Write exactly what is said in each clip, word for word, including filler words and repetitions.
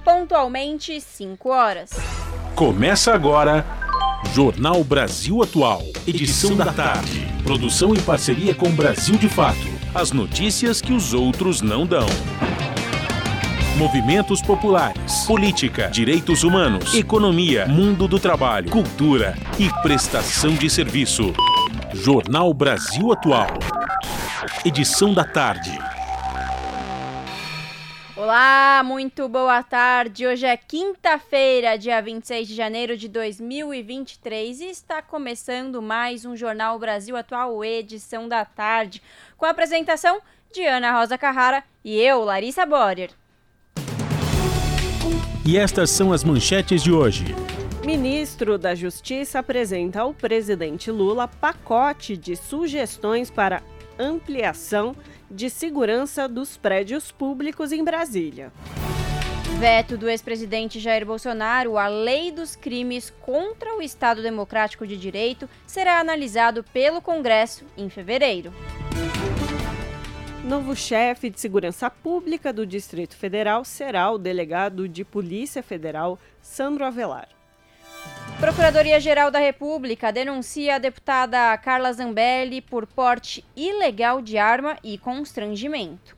pontualmente cinco horas. Começa agora, Jornal Brasil Atual, edição da tarde. Produção em parceria com Brasil de Fato. As notícias que os outros não dão. Movimentos populares, política, direitos humanos, economia, mundo do trabalho, cultura e prestação de serviço. Jornal Brasil Atual, edição da tarde. Olá, muito boa tarde. Hoje é quinta-feira, dia vinte e seis de janeiro de dois mil e vinte e três e está começando mais um Jornal Brasil Atual, edição da tarde, com a apresentação de Ana Rosa Carrara e eu, Larissa Borer. E estas são as manchetes de hoje. Ministro da Justiça apresenta ao presidente Lula pacote de sugestões para ampliação de segurança dos prédios públicos em Brasília. Veto do ex-presidente Jair Bolsonaro à lei dos crimes contra o Estado Democrático de Direito será analisado pelo Congresso em fevereiro. Novo chefe de segurança pública do Distrito Federal será o delegado de Polícia Federal, Sandro Avelar. Procuradoria-Geral da República denuncia a deputada Carla Zambelli por porte ilegal de arma e constrangimento.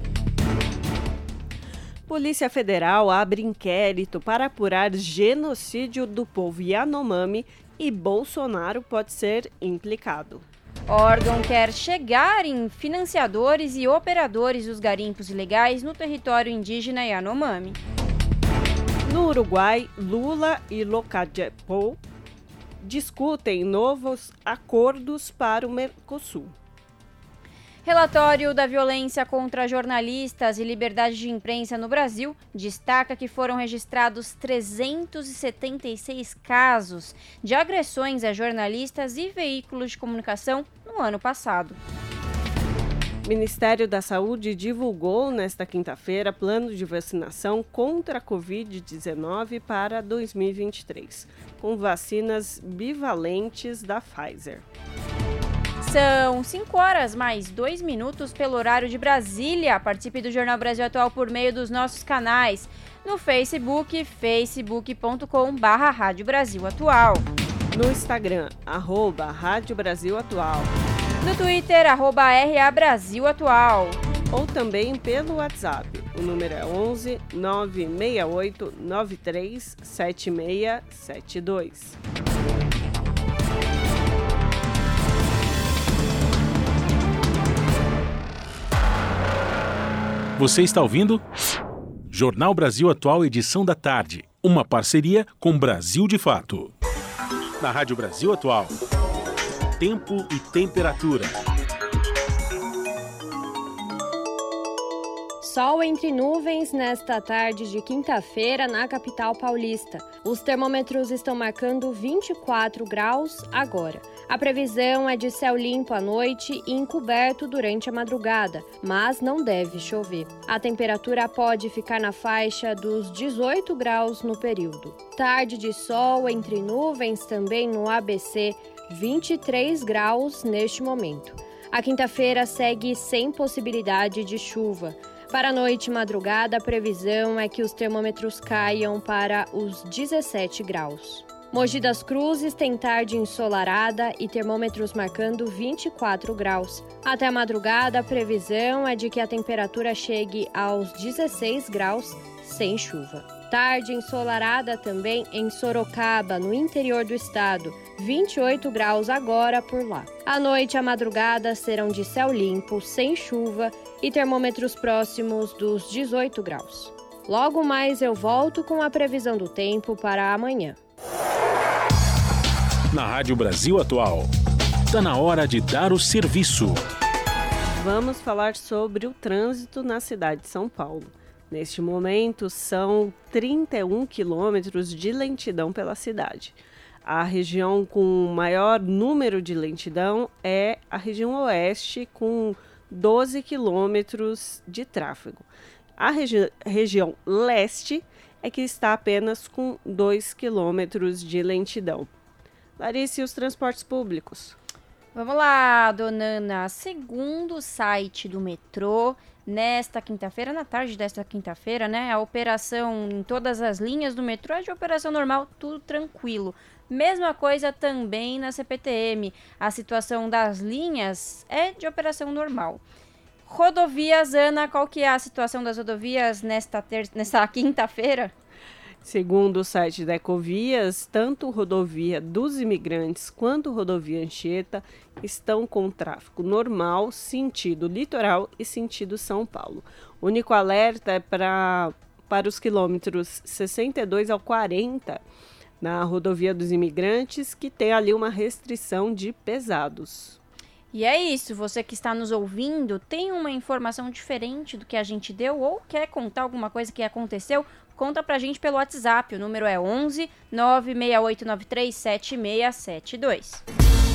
Polícia Federal abre inquérito para apurar genocídio do povo Yanomami e Bolsonaro pode ser implicado. Órgão quer chegar em financiadores e operadores dos garimpos ilegais no território indígena Yanomami. No Uruguai, Lula e Locadepol discutem novos acordos para o Mercosul. Relatório da violência contra jornalistas e liberdade de imprensa no Brasil destaca que foram registrados trezentos e setenta e seis casos de agressões a jornalistas e veículos de comunicação no ano passado. O Ministério da Saúde divulgou nesta quinta-feira plano de vacinação contra a covid dezenove para dois mil e vinte e três, com vacinas bivalentes da Pfizer. São cinco horas mais dois minutos pelo horário de Brasília. Participe do Jornal Brasil Atual por meio dos nossos canais no Facebook, facebook ponto com barra Rádio Brasil Atual. No Instagram, arroba Rádio Brasil Atual. No Twitter, arroba R A Brasil Atual. Ou também pelo WhatsApp. O número é onze nove seis oito nove três sete seis sete dois. Você está ouvindo? Jornal Brasil Atual, edição da tarde. Uma parceria com Brasil de Fato. Na Rádio Brasil Atual. Tempo e temperatura. Sol entre nuvens nesta tarde de quinta-feira na capital paulista. Os termômetros estão marcando vinte e quatro graus agora. A previsão é de céu limpo à noite e encoberto durante a madrugada, mas não deve chover. A temperatura pode ficar na faixa dos dezoito graus no período. Tarde de sol entre nuvens também no A B C, vinte e três graus neste momento. A quinta-feira segue sem possibilidade de chuva. Para a noite e madrugada, a previsão é que os termômetros caiam para os dezessete graus. Mogi das Cruzes tem tarde ensolarada e termômetros marcando vinte e quatro graus. Até a madrugada, a previsão é de que a temperatura chegue aos dezesseis graus sem chuva. Tarde ensolarada também em Sorocaba, no interior do estado, vinte e oito graus agora por lá. À noite e à madrugada serão de céu limpo, sem chuva e termômetros próximos dos dezoito graus. Logo mais eu volto com a previsão do tempo para amanhã. Na Rádio Brasil Atual, está na hora de dar o serviço. Vamos falar sobre o trânsito na cidade de São Paulo. Neste momento, são trinta e um quilômetros de lentidão pela cidade. A região com maior número de lentidão é a região oeste, com doze quilômetros de tráfego. A regi- região leste é que está apenas com dois quilômetros de lentidão. Larissa, e os transportes públicos? Vamos lá, dona Ana. Segundo o site do metrô, nesta quinta-feira, na tarde desta quinta-feira, né? A operação em todas as linhas do metrô é de operação normal, tudo tranquilo. Mesma coisa também na C P T M. A situação das linhas é de operação normal. Rodovias, Ana, qual que é a situação das rodovias nesta, ter... nesta quinta-feira? Segundo o site da Ecovias, tanto rodovia dos Imigrantes quanto rodovia Anchieta estão com tráfego normal, sentido litoral e sentido São Paulo. O único alerta é pra, para os quilômetros sessenta e dois ao quarenta na rodovia dos Imigrantes, que tem ali uma restrição de pesados. E é isso, você que está nos ouvindo, tem uma informação diferente do que a gente deu ou quer contar alguma coisa que aconteceu? Conta pra gente pelo WhatsApp, o número é onze nove seis oito nove três sete seis sete dois.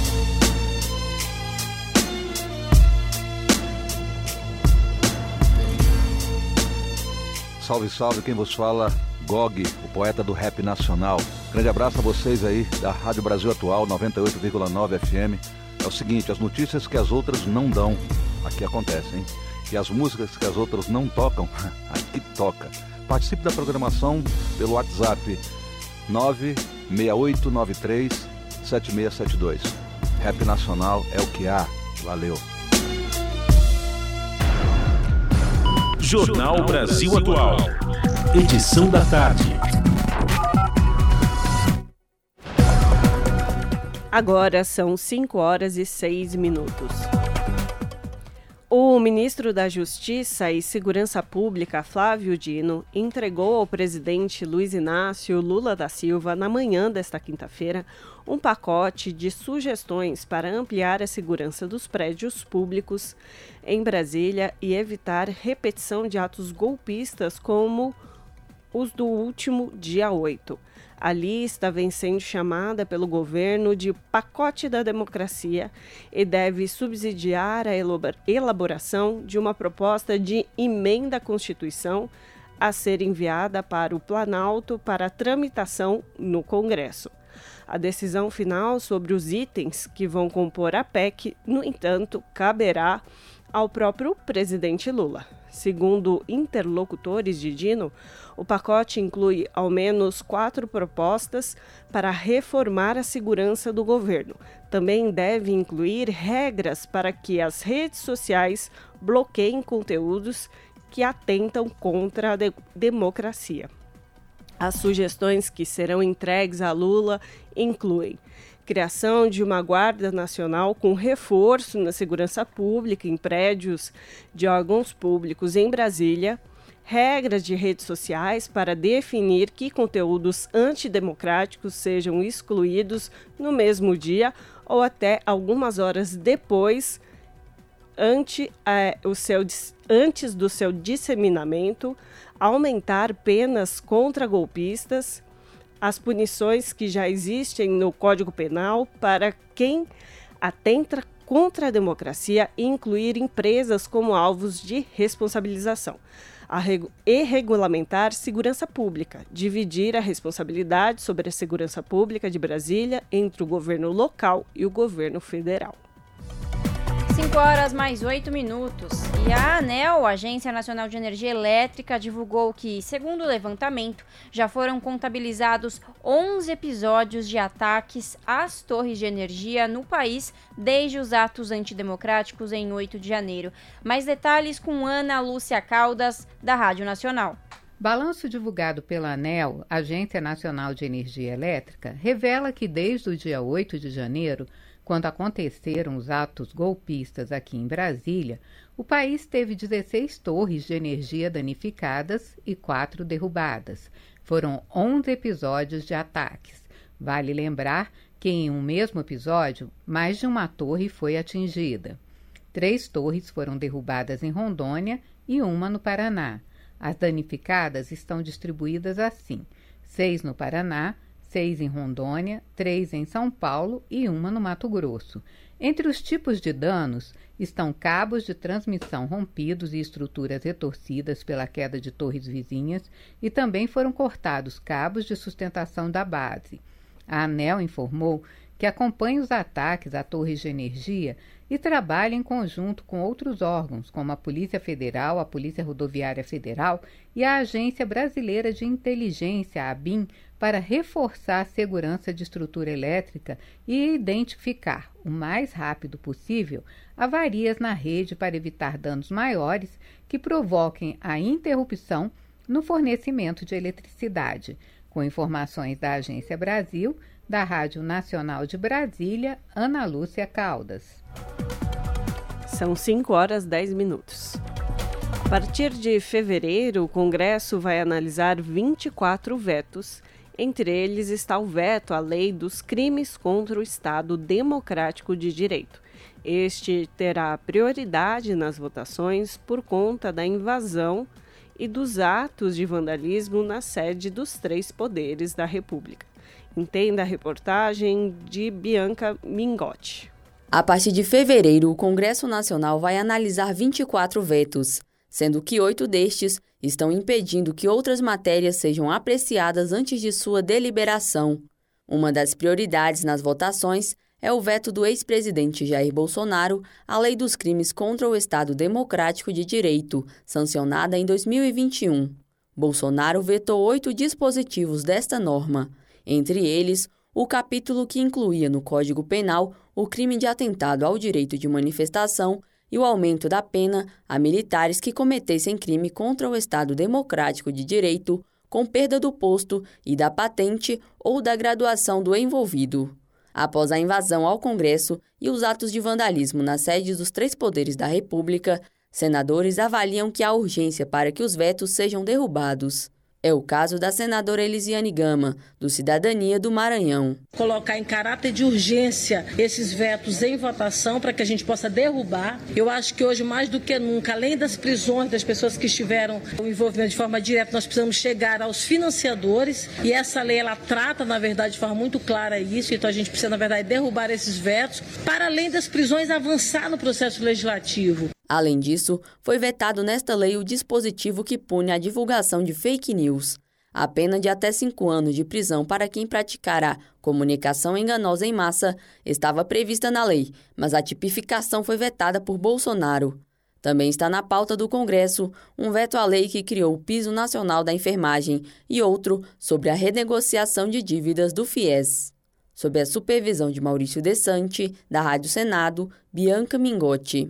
Salve, salve, quem vos fala, Gog, o poeta do rap nacional. Grande abraço a vocês aí da Rádio Brasil Atual, noventa e oito vírgula nove F M. É o seguinte, as notícias que as outras não dão, aqui acontecem, hein? E as músicas que as outras não tocam, aqui toca. Participe da programação pelo WhatsApp nove seis oito nove três sete seis sete dois. Rap nacional é o que há. Valeu. Jornal Brasil Atual. Edição da tarde. Agora são cinco horas e seis minutos. O ministro da Justiça e Segurança Pública, Flávio Dino, entregou ao presidente Luiz Inácio Lula da Silva, na manhã desta quinta-feira, um pacote de sugestões para ampliar a segurança dos prédios públicos em Brasília e evitar repetição de atos golpistas como os do último dia oito. A lista vem sendo chamada pelo governo de Pacote da Democracia e deve subsidiar a elaboração de uma proposta de emenda à Constituição a ser enviada para o Planalto para tramitação no Congresso. A decisão final sobre os itens que vão compor a P E C, no entanto, caberá ao próprio presidente Lula. Segundo interlocutores de Dino, o pacote inclui ao menos quatro propostas para reformar a segurança do governo. Também deve incluir regras para que as redes sociais bloqueiem conteúdos que atentam contra a de- democracia. As sugestões que serão entregues a Lula incluem criação de uma Guarda Nacional com reforço na segurança pública em prédios de órgãos públicos em Brasília, regras de redes sociais para definir que conteúdos antidemocráticos sejam excluídos no mesmo dia ou até algumas horas depois, ante, é, o seu, antes do seu disseminamento, aumentar penas contra golpistas, as punições que já existem no Código Penal para quem atenta contra a democracia e incluir empresas como alvos de responsabilização. A regu- e regulamentar segurança pública, dividir a responsabilidade sobre a segurança pública de Brasília entre o governo local e o governo federal. cinco horas mais oito minutos. E a ANEEL, Agência Nacional de Energia Elétrica, divulgou que, segundo o levantamento, já foram contabilizados onze episódios de ataques às torres de energia no país desde os atos antidemocráticos em oito de janeiro. Mais detalhes com Ana Lúcia Caldas, da Rádio Nacional. Balanço divulgado pela ANEEL, Agência Nacional de Energia Elétrica, revela que desde o dia oito de janeiro, quando aconteceram os atos golpistas aqui em Brasília, o país teve dezesseis torres de energia danificadas e quatro derrubadas. Foram onze episódios de ataques. Vale lembrar que em um mesmo episódio, mais de uma torre foi atingida. Três torres foram derrubadas em Rondônia e uma no Paraná. As danificadas estão distribuídas assim: seis no Paraná, seis em Rondônia, três em São Paulo e uma no Mato Grosso. Entre os tipos de danos estão cabos de transmissão rompidos e estruturas retorcidas pela queda de torres vizinhas, e também foram cortados cabos de sustentação da base. A ANEEL informou que acompanha os ataques a torres de energia e trabalha em conjunto com outros órgãos, como a Polícia Federal, a Polícia Rodoviária Federal e a Agência Brasileira de Inteligência, a ABIN, para reforçar a segurança de estrutura elétrica e identificar, o mais rápido possível, avarias na rede para evitar danos maiores que provoquem a interrupção no fornecimento de eletricidade. Com informações da Agência Brasil, da Rádio Nacional de Brasília, Ana Lúcia Caldas. São cinco horas e dez minutos. A partir de fevereiro, o Congresso vai analisar vinte e quatro vetos. Entre eles está o veto à lei dos crimes contra o Estado Democrático de Direito. Este terá prioridade nas votações por conta da invasão e dos atos de vandalismo na sede dos três poderes da República. Entenda a reportagem de Bianca Mingotti. A partir de fevereiro, o Congresso Nacional vai analisar vinte e quatro vetos, sendo que oito destes estão impedindo que outras matérias sejam apreciadas antes de sua deliberação. Uma das prioridades nas votações é o veto do ex-presidente Jair Bolsonaro à Lei dos Crimes contra o Estado Democrático de Direito, sancionada em dois mil e vinte e um. Bolsonaro vetou oito dispositivos desta norma, entre eles o capítulo que incluía no Código Penal o crime de atentado ao direito de manifestação e o aumento da pena a militares que cometessem crime contra o Estado Democrático de Direito, com perda do posto e da patente ou da graduação do envolvido. Após a invasão ao Congresso e os atos de vandalismo nas sedes dos três poderes da República, senadores avaliam que há urgência para que os vetos sejam derrubados. É o caso da senadora Elisiane Gama, do Cidadania do Maranhão. Colocar em caráter de urgência esses vetos em votação para que a gente possa derrubar. Eu acho que hoje, mais do que nunca, além das prisões das pessoas que estiveram envolvidas de forma direta, nós precisamos chegar aos financiadores. E essa lei, ela trata, na verdade, de forma muito clara isso. Então a gente precisa, na verdade, derrubar esses vetos para, além das prisões, avançar no processo legislativo. Além disso, foi vetado nesta lei o dispositivo que pune a divulgação de fake news. A pena de até cinco anos de prisão para quem praticará comunicação enganosa em massa estava prevista na lei, mas a tipificação foi vetada por Bolsonaro. Também está na pauta do Congresso um veto à lei que criou o Piso Nacional da Enfermagem e outro sobre a renegociação de dívidas do FIES. Sob a supervisão de Maurício Desante, da Rádio Senado, Bianca Mingotti.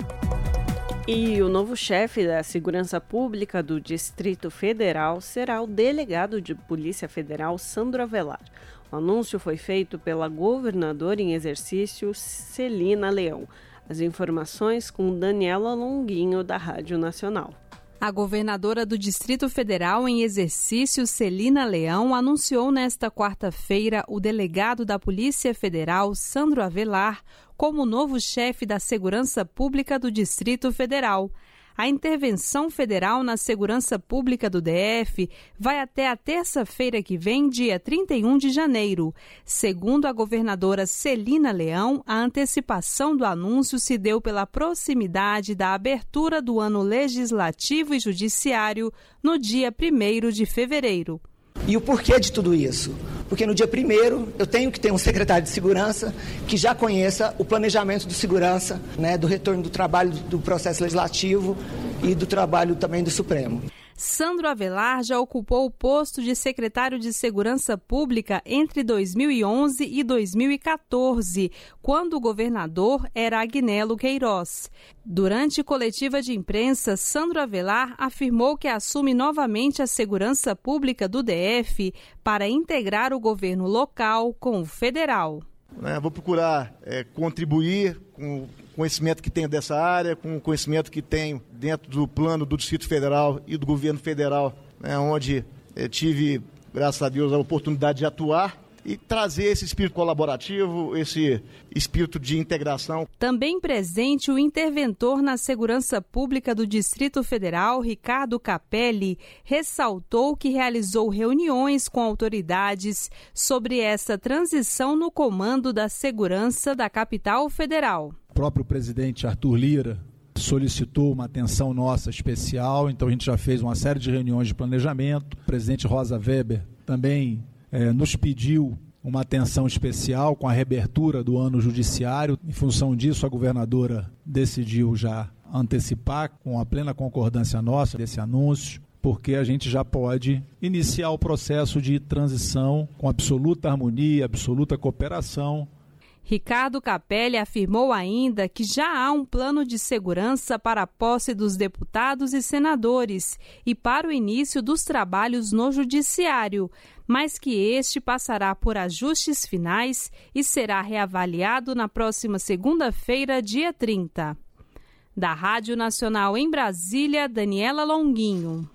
E o novo chefe da Segurança Pública do Distrito Federal será o delegado de Polícia Federal, Sandro Avelar. O anúncio foi feito pela governadora em exercício, Celina Leão. As informações com Daniela Longuinho, da Rádio Nacional. A governadora do Distrito Federal em exercício, Celina Leão, anunciou nesta quarta-feira o delegado da Polícia Federal, Sandro Avelar, como novo chefe da Segurança Pública do Distrito Federal. A intervenção federal na segurança pública do D F vai até a terça-feira que vem, dia trinta e um de janeiro. Segundo a governadora Celina Leão, a antecipação do anúncio se deu pela proximidade da abertura do ano legislativo e judiciário no dia primeiro de fevereiro. E o porquê de tudo isso? Porque no dia primeiro eu tenho que ter um secretário de segurança que já conheça o planejamento de segurança, né, do retorno do trabalho do processo legislativo e do trabalho também do Supremo. Sandro Avelar já ocupou o posto de secretário de Segurança Pública entre dois mil e onze e dois mil e quatorze, quando o governador era Agnello Queiroz. Durante coletiva de imprensa, Sandro Avelar afirmou que assume novamente a segurança pública do D F para integrar o governo local com o federal. É, vou procurar é, contribuir com o conhecimento que tenho dessa área, com o conhecimento que tenho dentro do plano do Distrito Federal e do governo federal, né, onde é, tive, graças a Deus, a oportunidade de atuar e trazer esse espírito colaborativo, esse espírito de integração. Também presente o interventor na Segurança Pública do Distrito Federal, Ricardo Capelli, ressaltou que realizou reuniões com autoridades sobre essa transição no comando da segurança da capital federal. O próprio presidente Arthur Lira solicitou uma atenção nossa especial, então a gente já fez uma série de reuniões de planejamento. O presidente Rosa Weber também É, nos pediu uma atenção especial com a reabertura do ano judiciário. Em função disso, a governadora decidiu já antecipar, com a plena concordância nossa desse anúncio, porque a gente já pode iniciar o processo de transição com absoluta harmonia, absoluta cooperação. Ricardo Capelli afirmou ainda que já há um plano de segurança para a posse dos deputados e senadores e para o início dos trabalhos no judiciário, mas que este passará por ajustes finais e será reavaliado na próxima segunda-feira, dia trinta. Da Rádio Nacional em Brasília, Daniela Longuinho.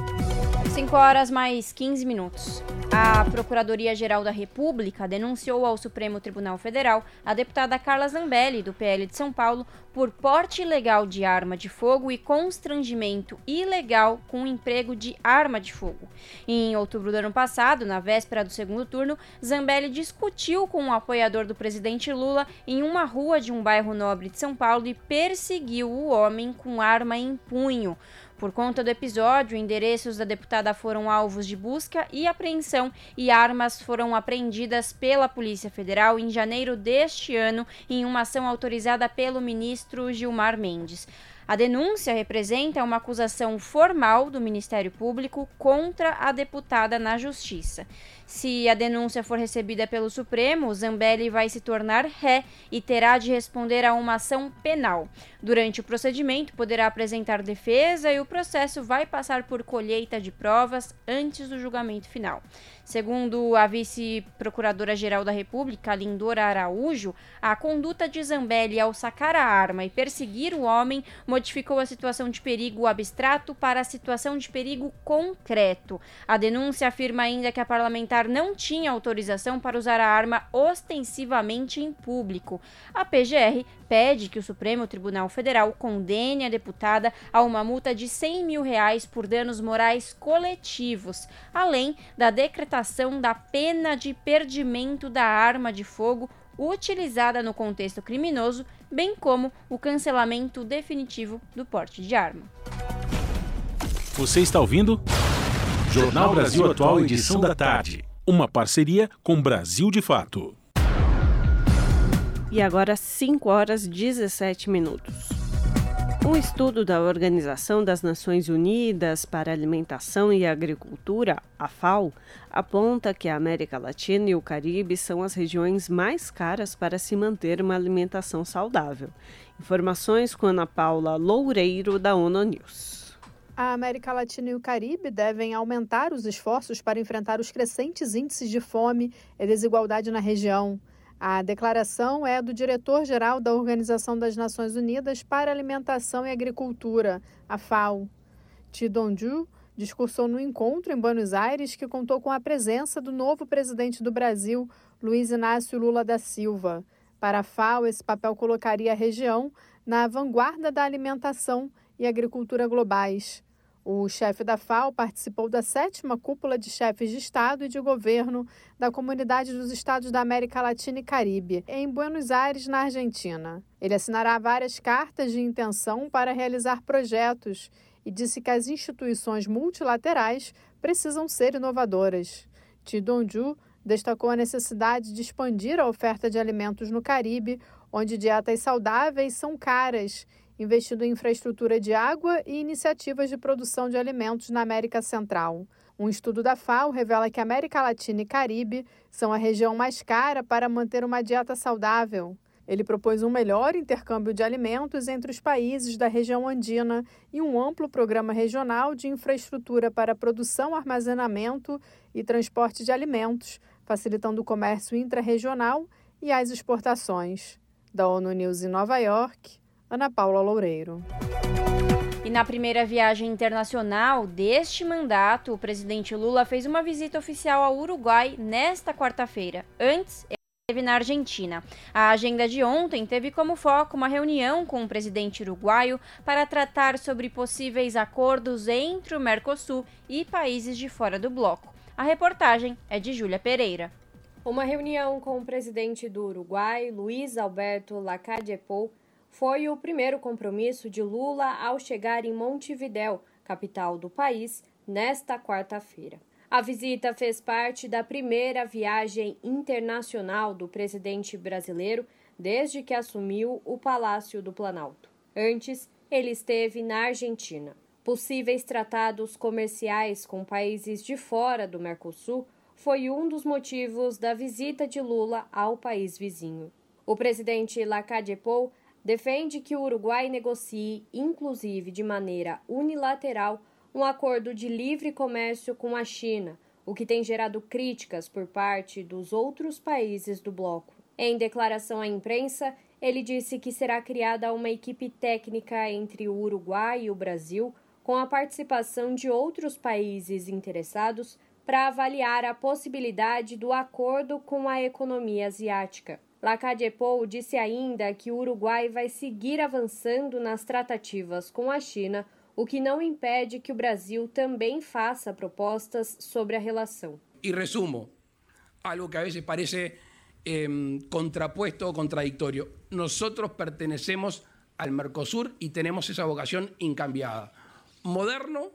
cinco horas mais quinze minutos. A Procuradoria-Geral da República denunciou ao Supremo Tribunal Federal a deputada Carla Zambelli, do P L de São Paulo, por porte ilegal de arma de fogo e constrangimento ilegal com o emprego de arma de fogo. Em outubro do ano passado, na véspera do segundo turno, Zambelli discutiu com um apoiador do presidente Lula em uma rua de um bairro nobre de São Paulo e perseguiu o homem com arma em punho. Por conta do episódio, endereços da deputada foram alvos de busca e apreensão e armas foram apreendidas pela Polícia Federal em janeiro deste ano em uma ação autorizada pelo ministro Gilmar Mendes. A denúncia representa uma acusação formal do Ministério Público contra a deputada na Justiça. Se a denúncia for recebida pelo Supremo, Zambelli vai se tornar ré e terá de responder a uma ação penal. Durante o procedimento, poderá apresentar defesa e o processo vai passar por colheita de provas antes do julgamento final. Segundo a vice-procuradora-geral da República, Lindora Araújo, a conduta de Zambelli ao sacar a arma e perseguir o homem modificou a situação de perigo abstrato para a situação de perigo concreto. A denúncia afirma ainda que a parlamentar não tinha autorização para usar a arma ostensivamente em público. A P G R pede que o Supremo Tribunal Federal condene a deputada a uma multa de cem mil reais por danos morais coletivos, além da decretação da pena de perdimento da arma de fogo utilizada no contexto criminoso, bem como o cancelamento definitivo do porte de arma. Você está ouvindo? Jornal Brasil Atual, edição da tarde. Uma parceria com Brasil de Fato. E agora cinco horas e dezessete minutos. Um estudo da Organização das Nações Unidas para a Alimentação e Agricultura, a FAO, aponta que a América Latina e o Caribe são as regiões mais caras para se manter uma alimentação saudável. Informações com Ana Paula Loureiro, da ONU News. A América Latina e o Caribe devem aumentar os esforços para enfrentar os crescentes índices de fome e desigualdade na região. A declaração é do diretor-geral da Organização das Nações Unidas para a Alimentação e Agricultura, a FAO. Thi Dong-ju discursou no encontro em Buenos Aires, que contou com a presença do novo presidente do Brasil, Luiz Inácio Lula da Silva. Para a FAO, esse papel colocaria a região na vanguarda da alimentação e agricultura globais. O chefe da FAO participou da sétima cúpula de chefes de Estado e de governo da Comunidade dos Estados da América Latina e Caribe, em Buenos Aires, na Argentina. Ele assinará várias cartas de intenção para realizar projetos e disse que as instituições multilaterais precisam ser inovadoras. Thi Dong-ju destacou a necessidade de expandir a oferta de alimentos no Caribe, onde dietas saudáveis são caras, investindo em infraestrutura de água e iniciativas de produção de alimentos na América Central. Um estudo da FAO revela que a América Latina e Caribe são a região mais cara para manter uma dieta saudável. Ele propôs um melhor intercâmbio de alimentos entre os países da região andina e um amplo programa regional de infraestrutura para produção, armazenamento e transporte de alimentos, facilitando o comércio intrarregional e as exportações. Da ONU News em Nova York, Ana Paula Loureiro. E na primeira viagem internacional deste mandato, o presidente Lula fez uma visita oficial ao Uruguai nesta quarta-feira. Antes, ele esteve na Argentina. A agenda de ontem teve como foco uma reunião com o presidente uruguaio para tratar sobre possíveis acordos entre o Mercosul e países de fora do bloco. A reportagem é de Júlia Pereira. Uma reunião com o presidente do Uruguai, Luiz Alberto Lacalle Pou, foi o primeiro compromisso de Lula ao chegar em Montevidéu, capital do país, nesta quarta-feira. A visita fez parte da primeira viagem internacional do presidente brasileiro desde que assumiu o Palácio do Planalto. Antes, ele esteve na Argentina. Possíveis tratados comerciais com países de fora do Mercosul foi um dos motivos da visita de Lula ao país vizinho. O presidente Lacalle Pou defende que o Uruguai negocie, inclusive de maneira unilateral, um acordo de livre comércio com a China, o que tem gerado críticas por parte dos outros países do bloco. Em declaração à imprensa, ele disse que será criada uma equipe técnica entre o Uruguai e o Brasil, com a participação de outros países interessados, para avaliar a possibilidade do acordo com a economia asiática. Lacalle Pou disse ainda que o Uruguai vai seguir avançando nas tratativas com a China, o que não impede que o Brasil também faça propostas sobre a relação. E resumo, algo que a veces parece eh, contrapuesto o contradictorio. Nosotros pertenecemos al Mercosur y tenemos esa vocación incambiada. Moderno,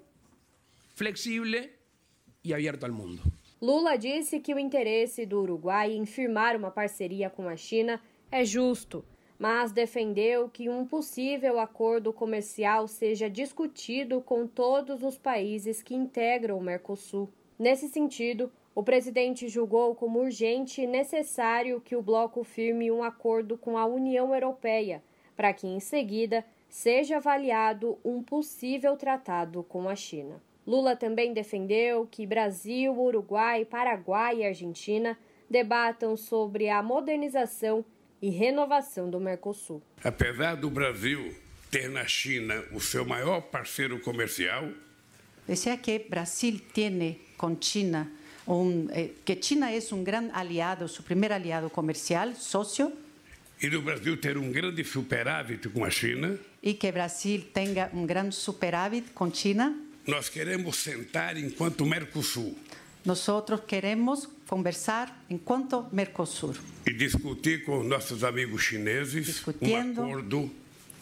flexible e aberto ao mundo. Lula disse que o interesse do Uruguai em firmar uma parceria com a China é justo, mas defendeu que um possível acordo comercial seja discutido com todos os países que integram o Mercosul. Nesse sentido, o presidente julgou como urgente e necessário que o bloco firme um acordo com a União Europeia, para que, em seguida, seja avaliado um possível tratado com a China. Lula também defendeu que Brasil, Uruguai, Paraguai e Argentina debatam sobre a modernização e renovação do Mercosul. Apesar do Brasil ter na China o seu maior parceiro comercial, decía que Brasil tiene con China un, eh, que China es un gran aliado, su primer aliado comercial, socio, e do Brasil ter um grande superávit com a China, y que Brasil tenga un gran superávit con China, nós queremos sentar enquanto Mercosul. Nosotros queremos conversar enquanto Mercosur. E discutir com nossos amigos chineses um acordo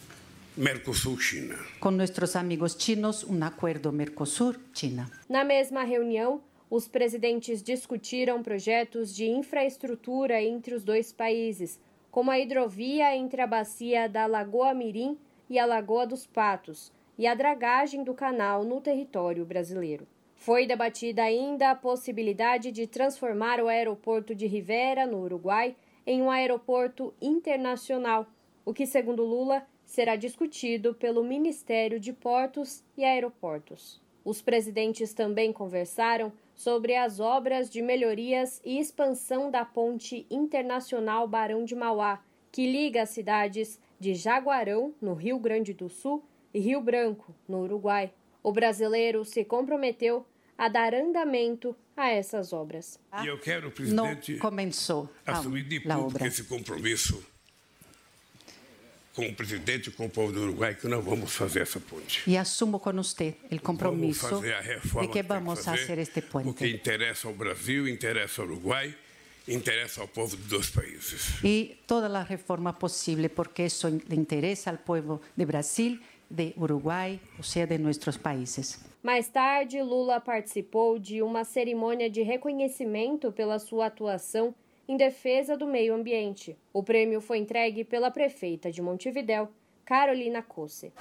Mercosul-China. Com nossos amigos chinos, um acordo Mercosur-China. Na mesma reunião, os presidentes discutiram projetos de infraestrutura entre os dois países, como a hidrovia entre a bacia da Lagoa Mirim e a Lagoa dos Patos, e a dragagem do canal no território brasileiro. Foi debatida ainda a possibilidade de transformar o aeroporto de Rivera, no Uruguai, em um aeroporto internacional, o que, segundo Lula, será discutido pelo Ministério de Portos e Aeroportos. Os presidentes também conversaram sobre as obras de melhorias e expansão da Ponte Internacional Barão de Mauá, que liga as cidades de Jaguarão, no Rio Grande do Sul, e Rio Branco, no Uruguai. O brasileiro se comprometeu a dar andamento a essas obras. E eu quero, presidente, não começou assumir de público esse compromisso com o presidente e com o povo do Uruguai que nós vamos fazer essa ponte. E assumo com você o compromisso vamos fazer a reforma de que vamos fazer, fazer este puente. Porque interessa ao Brasil, interessa ao Uruguai, interessa ao povo dos dois países. E todas as reformas possíveis, porque isso interessa ao povo de Brasil, de Uruguai, ou seja, de nossos países. Mais tarde, Lula participou de uma cerimônia de reconhecimento pela sua atuação em defesa do meio ambiente. O prêmio foi entregue pela prefeita de Montevidéu, Carolina Cosse.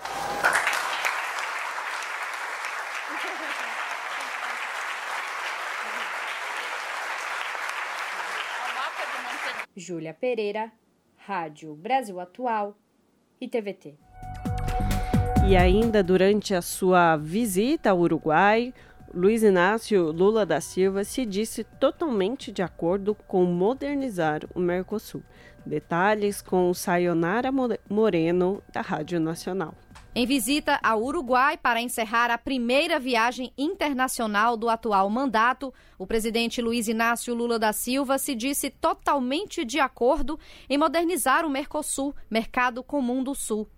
Júlia Pereira, Rádio Brasil Atual e T V T. E ainda durante a sua visita ao Uruguai, Luiz Inácio Lula da Silva se disse totalmente de acordo com modernizar o Mercosul. Detalhes com Sayonara Moreno, da Rádio Nacional. Em visita ao Uruguai para encerrar a primeira viagem internacional do atual mandato, o presidente Luiz Inácio Lula da Silva se disse totalmente de acordo em modernizar o Mercosul, Mercado Comum do Sul.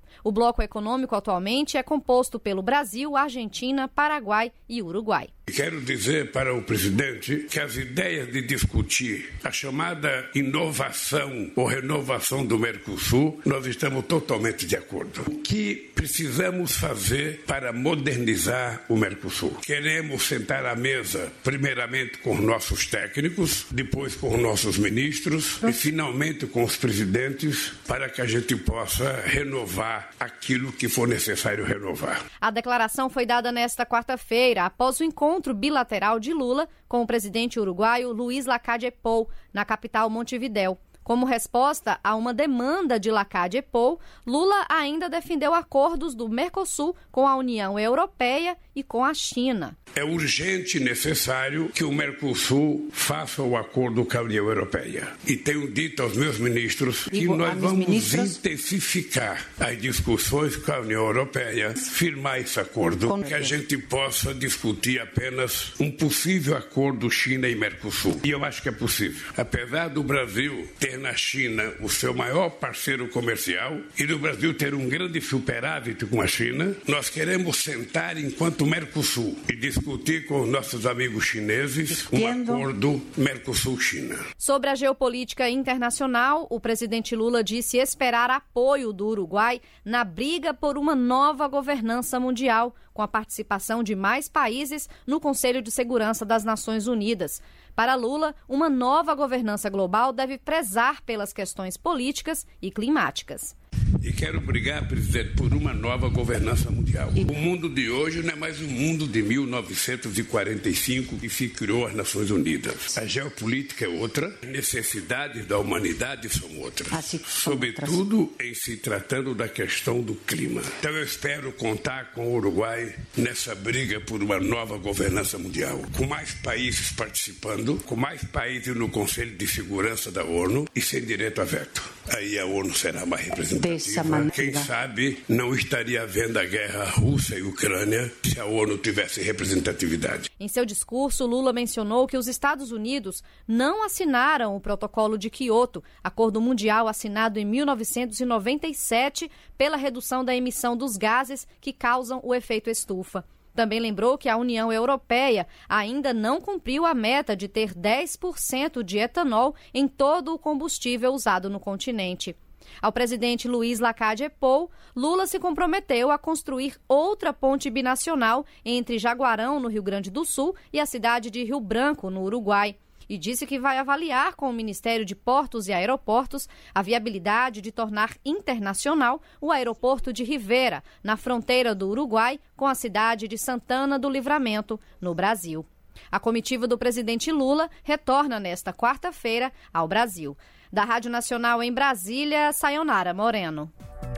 O bloco econômico atualmente é composto pelo Brasil, Argentina, Paraguai e Uruguai. Quero dizer para o presidente que as ideias de discutir a chamada inovação ou renovação do Mercosul, nós estamos totalmente de acordo. O que precisamos fazer para modernizar o Mercosul? Queremos sentar à mesa, primeiramente com os nossos técnicos, depois com os nossos ministros e finalmente com os presidentes, para que a gente possa renovar aquilo que for necessário renovar. A declaração foi dada nesta quarta-feira, após o encontro bilateral de Lula com o presidente uruguaio Luiz Lacalle Pou, na capital Montevidéu. Como resposta a uma demanda de Lacalle Pou, Lula ainda defendeu acordos do Mercosul com a União Europeia e com a China. É urgente e necessário que o Mercosul faça o acordo com a União Europeia. E tenho dito aos meus ministros que Digo, nós vamos ministras... intensificar as discussões com a União Europeia, firmar esse acordo, para que a gente possa discutir apenas um possível acordo China e Mercosul. E eu acho que é possível. Apesar do Brasil ter na China o seu maior parceiro comercial e do Brasil ter um grande superávit com a China, nós queremos sentar enquanto Mercosul e discutir discutir com os nossos amigos chineses um acordo Mercosul-China. Sobre a geopolítica internacional, o presidente Lula disse esperar apoio do Uruguai na briga por uma nova governança mundial, com a participação de mais países no Conselho de Segurança das Nações Unidas. Para Lula, uma nova governança global deve prezar pelas questões políticas e climáticas. E quero brigar, presidente, por uma nova governança mundial. O mundo de hoje não é mais o mundo de mil novecentos e quarenta e cinco que se criou as Nações Unidas. A geopolítica é outra, as necessidades da humanidade são outras. Assim, sobretudo em se tratando da questão do clima. Então eu espero contar com o Uruguai nessa briga por uma nova governança mundial. Com mais países participando, com mais países no Conselho de Segurança da ONU e sem direito a veto. Aí a ONU será mais representativa. Quem sabe não estaria havendo a guerra Rússia e Ucrânia se a ONU tivesse representatividade. Em seu discurso, Lula mencionou que os Estados Unidos não assinaram o Protocolo de Quioto, acordo mundial assinado em mil novecentos e noventa e sete pela redução da emissão dos gases que causam o efeito estufa. Também lembrou que a União Europeia ainda não cumpriu a meta de ter dez por cento de etanol em todo o combustível usado no continente. Ao presidente Luiz Lacalle Pou, Lula se comprometeu a construir outra ponte binacional entre Jaguarão, no Rio Grande do Sul, e a cidade de Rio Branco, no Uruguai. E disse que vai avaliar com o Ministério de Portos e Aeroportos a viabilidade de tornar internacional o aeroporto de Rivera, na fronteira do Uruguai, com a cidade de Santana do Livramento, no Brasil. A comitiva do presidente Lula retorna nesta quarta-feira ao Brasil. Da Rádio Nacional em Brasília, Sayonara Moreno.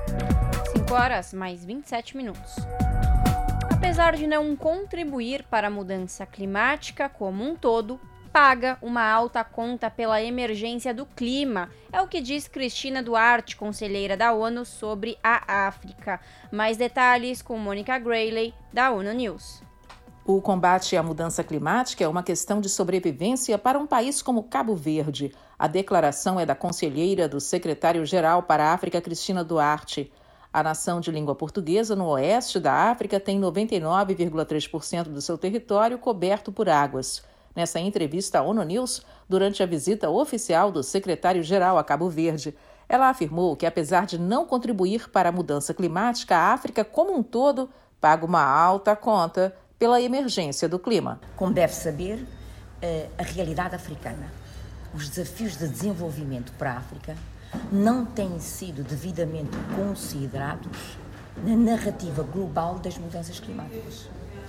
cinco horas mais vinte e sete minutos. Apesar de não contribuir para a mudança climática como um todo, paga uma alta conta pela emergência do clima. É o que diz Cristina Duarte, conselheira da ONU sobre a África. Mais detalhes com Mônica Grayley, da ONU News. O combate à mudança climática é uma questão de sobrevivência para um país como Cabo Verde. A declaração é da conselheira do secretário-geral para a África, Cristina Duarte. A nação de língua portuguesa no oeste da África tem noventa e nove vírgula três por cento do seu território coberto por águas. Nessa entrevista à ONU News, durante a visita oficial do secretário-geral a Cabo Verde, ela afirmou que, apesar de não contribuir para a mudança climática, a África como um todo paga uma alta conta pela emergência do clima. Como deve saber, a realidade africana, os desafios de desenvolvimento para a África não têm sido devidamente considerados na narrativa global das mudanças climáticas.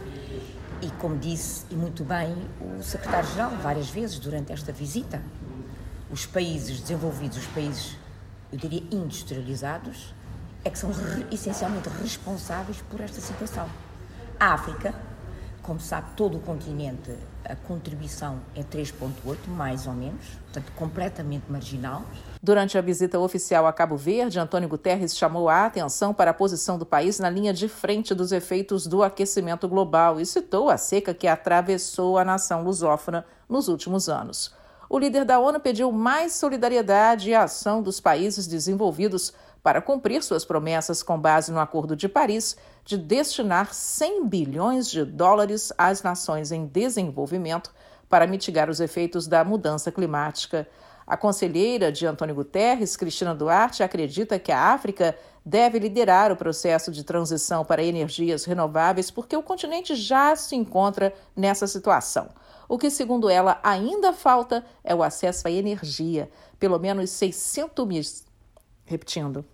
E como disse, e muito bem, o secretário-geral várias vezes durante esta visita, os países desenvolvidos, os países, eu diria, industrializados, é que são re, essencialmente responsáveis por esta situação. A África, como sabe, todo o continente, a contribuição é três vírgula oito, mais ou menos, portanto, completamente marginal. Durante a visita oficial a Cabo Verde, Antônio Guterres chamou a atenção para a posição do país na linha de frente dos efeitos do aquecimento global e citou a seca que atravessou a nação lusófona nos últimos anos. O líder da ONU pediu mais solidariedade e ação dos países desenvolvidos para cumprir suas promessas com base no Acordo de Paris de destinar cem bilhões de dólares às nações em desenvolvimento para mitigar os efeitos da mudança climática. A conselheira de Antônio Guterres, Cristina Duarte, acredita que a África deve liderar o processo de transição para energias renováveis porque o continente já se encontra nessa situação. O que, segundo ela, ainda falta é o acesso à energia. Pelo menos seiscentos mil... Repetindo.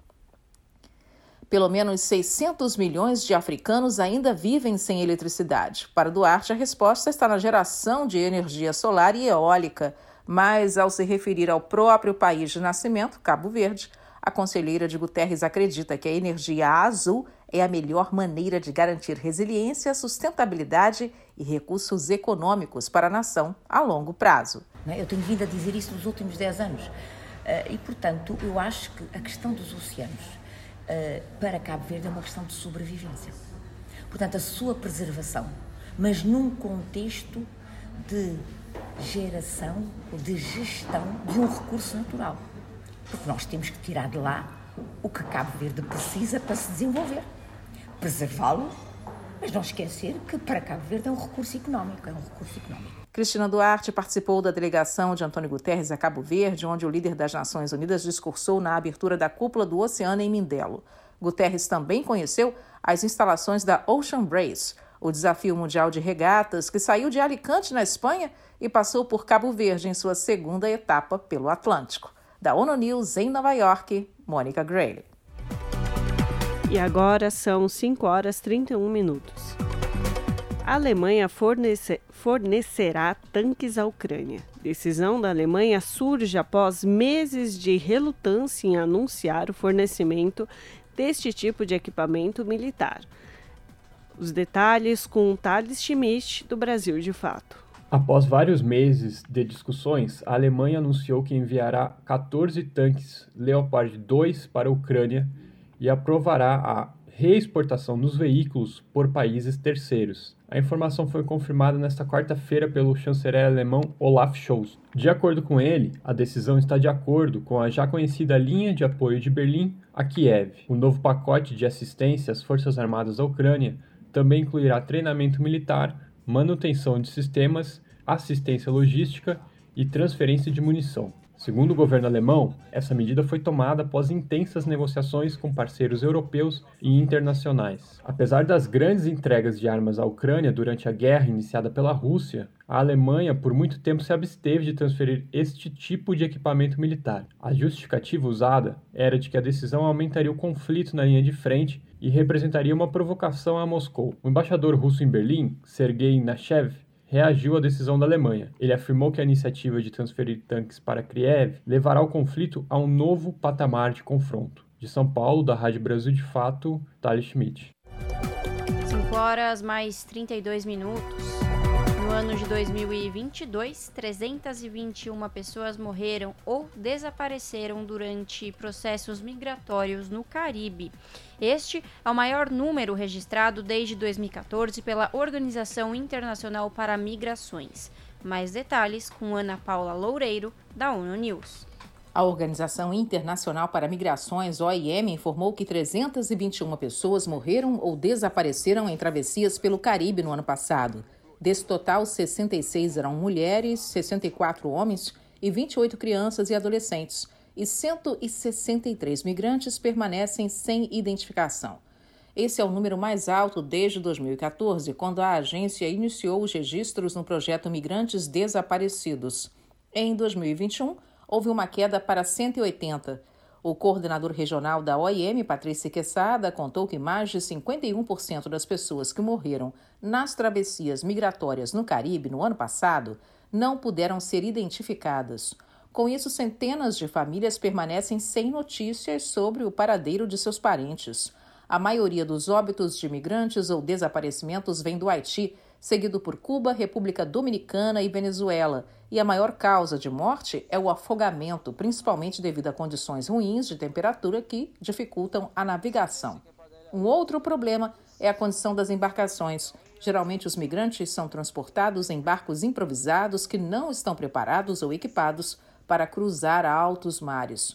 Pelo menos seiscentos milhões de africanos ainda vivem sem eletricidade. Para Duarte, a resposta está na geração de energia solar e eólica. Mas, ao se referir ao próprio país de nascimento, Cabo Verde, a conselheira de Guterres acredita que a energia azul é a melhor maneira de garantir resiliência, sustentabilidade e recursos econômicos para a nação a longo prazo. Eu tenho vindo a dizer isso nos últimos dez anos. E, portanto, eu acho que a questão dos oceanos para Cabo Verde é uma questão de sobrevivência. Portanto, a sua preservação, mas num contexto de geração, de gestão de um recurso natural. Porque nós temos que tirar de lá o que Cabo Verde precisa para se desenvolver. Preservá-lo, mas não esquecer que para Cabo Verde é um recurso económico, é um recurso económico. Cristina Duarte participou da delegação de Antônio Guterres a Cabo Verde, onde o líder das Nações Unidas discursou na abertura da Cúpula do Oceano em Mindelo. Guterres também conheceu as instalações da Ocean Race, o desafio mundial de regatas que saiu de Alicante, na Espanha, e passou por Cabo Verde em sua segunda etapa pelo Atlântico. Da ONU News em Nova York, Mônica Grayle. E agora são cinco horas e trinta e um minutos. A Alemanha fornece, fornecerá tanques à Ucrânia. Decisão da Alemanha surge após meses de relutância em anunciar o fornecimento deste tipo de equipamento militar. Os detalhes com Thales Schmidt, do Brasil de Fato. Após vários meses de discussões, a Alemanha anunciou que enviará catorze tanques Leopard dois para a Ucrânia e aprovará a reexportação dos veículos por países terceiros. A informação foi confirmada nesta quarta-feira pelo chanceler alemão Olaf Scholz. De acordo com ele, a decisão está de acordo com a já conhecida linha de apoio de Berlim a Kiev. O novo pacote de assistência às Forças Armadas da Ucrânia também incluirá treinamento militar, manutenção de sistemas, assistência logística e transferência de munição. Segundo o governo alemão, essa medida foi tomada após intensas negociações com parceiros europeus e internacionais. Apesar das grandes entregas de armas à Ucrânia durante a guerra iniciada pela Rússia, a Alemanha por muito tempo se absteve de transferir este tipo de equipamento militar. A justificativa usada era de que a decisão aumentaria o conflito na linha de frente e representaria uma provocação a Moscou. O embaixador russo em Berlim, Sergei Nashev, reagiu à decisão da Alemanha. Ele afirmou que a iniciativa de transferir tanques para Kiev levará o conflito a um novo patamar de confronto. De São Paulo, da Rádio Brasil de Fato, Thales Schmidt. cinco horas mais trinta e dois minutos. No ano de dois mil e vinte e dois, trezentas e vinte e uma pessoas morreram ou desapareceram durante processos migratórios no Caribe. Este é o maior número registrado desde dois mil e catorze pela Organização Internacional para Migrações. Mais detalhes com Ana Paula Loureiro, da ONU News. A Organização Internacional para Migrações, O I M, informou que trezentas e vinte e uma pessoas morreram ou desapareceram em travessias pelo Caribe no ano passado. Desse total, sessenta e seis eram mulheres, sessenta e quatro homens e vinte e oito crianças e adolescentes, e cento e sessenta e três migrantes permanecem sem identificação. Esse é o número mais alto desde dois mil e catorze, quando a agência iniciou os registros no projeto Migrantes Desaparecidos. Em dois mil e vinte e um, houve uma queda para cento e oitenta. O coordenador regional da O I M, Patrícia Quesada, contou que mais de cinquenta e um por cento das pessoas que morreram nas travessias migratórias no Caribe no ano passado não puderam ser identificadas. Com isso, centenas de famílias permanecem sem notícias sobre o paradeiro de seus parentes. A maioria dos óbitos de migrantes ou desaparecimentos vem do Haiti, seguido por Cuba, República Dominicana e Venezuela. E a maior causa de morte é o afogamento, principalmente devido a condições ruins de temperatura que dificultam a navegação. Um outro problema é a condição das embarcações. Geralmente, os migrantes são transportados em barcos improvisados que não estão preparados ou equipados para cruzar altos mares.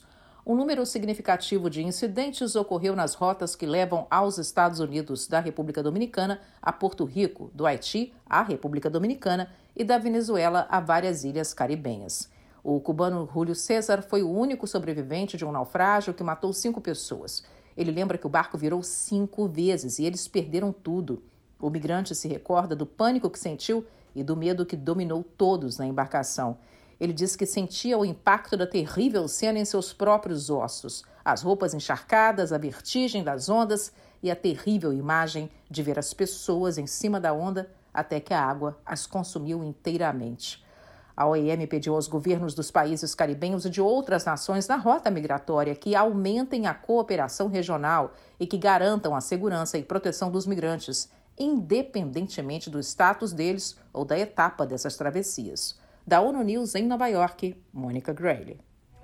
Um número significativo de incidentes ocorreu nas rotas que levam aos Estados Unidos da República Dominicana a Porto Rico, do Haiti à República Dominicana e da Venezuela a várias ilhas caribenhas. O cubano Júlio César foi o único sobrevivente de um naufrágio que matou cinco pessoas. Ele lembra que o barco virou cinco vezes e eles perderam tudo. O migrante se recorda do pânico que sentiu e do medo que dominou todos na embarcação. Ele diz que sentia o impacto da terrível cena em seus próprios ossos, as roupas encharcadas, a vertigem das ondas e a terrível imagem de ver as pessoas em cima da onda até que a água as consumiu inteiramente. A O I M pediu aos governos dos países caribenhos e de outras nações na rota migratória que aumentem a cooperação regional e que garantam a segurança e proteção dos migrantes, independentemente do status deles ou da etapa dessas travessias. Da ONU News em Nova York, Mônica Grayle.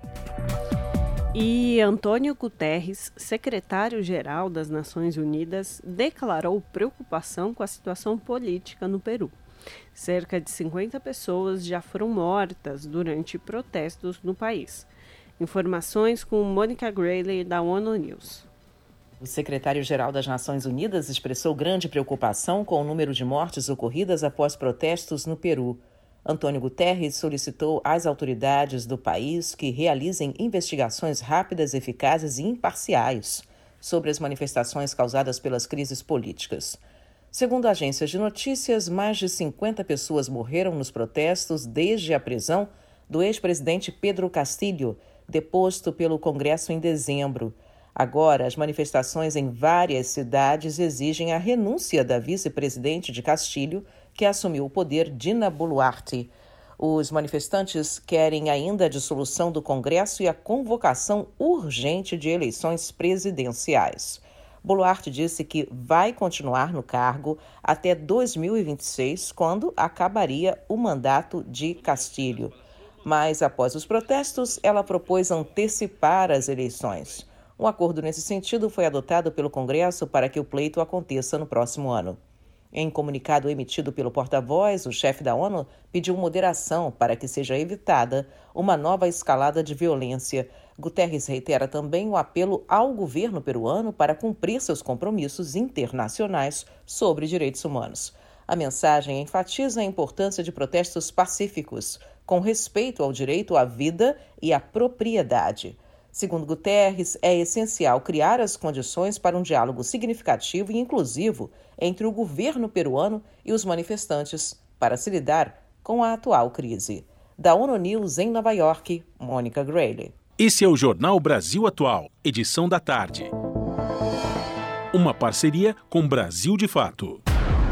E Antônio Guterres, secretário-geral das Nações Unidas, declarou preocupação com a situação política no Peru. Cerca de cinquenta pessoas já foram mortas durante protestos no país. Informações com Mônica Grayle, da ONU News. O secretário-geral das Nações Unidas expressou grande preocupação com o número de mortes ocorridas após protestos no Peru. Antônio Guterres solicitou às autoridades do país que realizem investigações rápidas, eficazes e imparciais sobre as manifestações causadas pelas crises políticas. Segundo agências de notícias, mais de cinquenta pessoas morreram nos protestos desde a prisão do ex-presidente Pedro Castillo, deposto pelo Congresso em dezembro. Agora, as manifestações em várias cidades exigem a renúncia da vice-presidente de Castillo, que assumiu o poder, Dina Boluarte. Os manifestantes querem ainda a dissolução do Congresso e a convocação urgente de eleições presidenciais. Boluarte disse que vai continuar no cargo até dois mil e vinte e seis, quando acabaria o mandato de Castillo. Mas, após os protestos, ela propôs antecipar as eleições. Um acordo nesse sentido foi adotado pelo Congresso para que o pleito aconteça no próximo ano. Em comunicado emitido pelo porta-voz, o chefe da ONU pediu moderação para que seja evitada uma nova escalada de violência. Guterres reitera também o apelo ao governo peruano para cumprir seus compromissos internacionais sobre direitos humanos. A mensagem enfatiza a importância de protestos pacíficos, com respeito ao direito à vida e à propriedade. Segundo Guterres, é essencial criar as condições para um diálogo significativo e inclusivo entre o governo peruano e os manifestantes para se lidar com a atual crise. Da ONU News em Nova York, Mônica Grayle. Esse é o Jornal Brasil Atual, edição da tarde. Uma parceria com Brasil de Fato.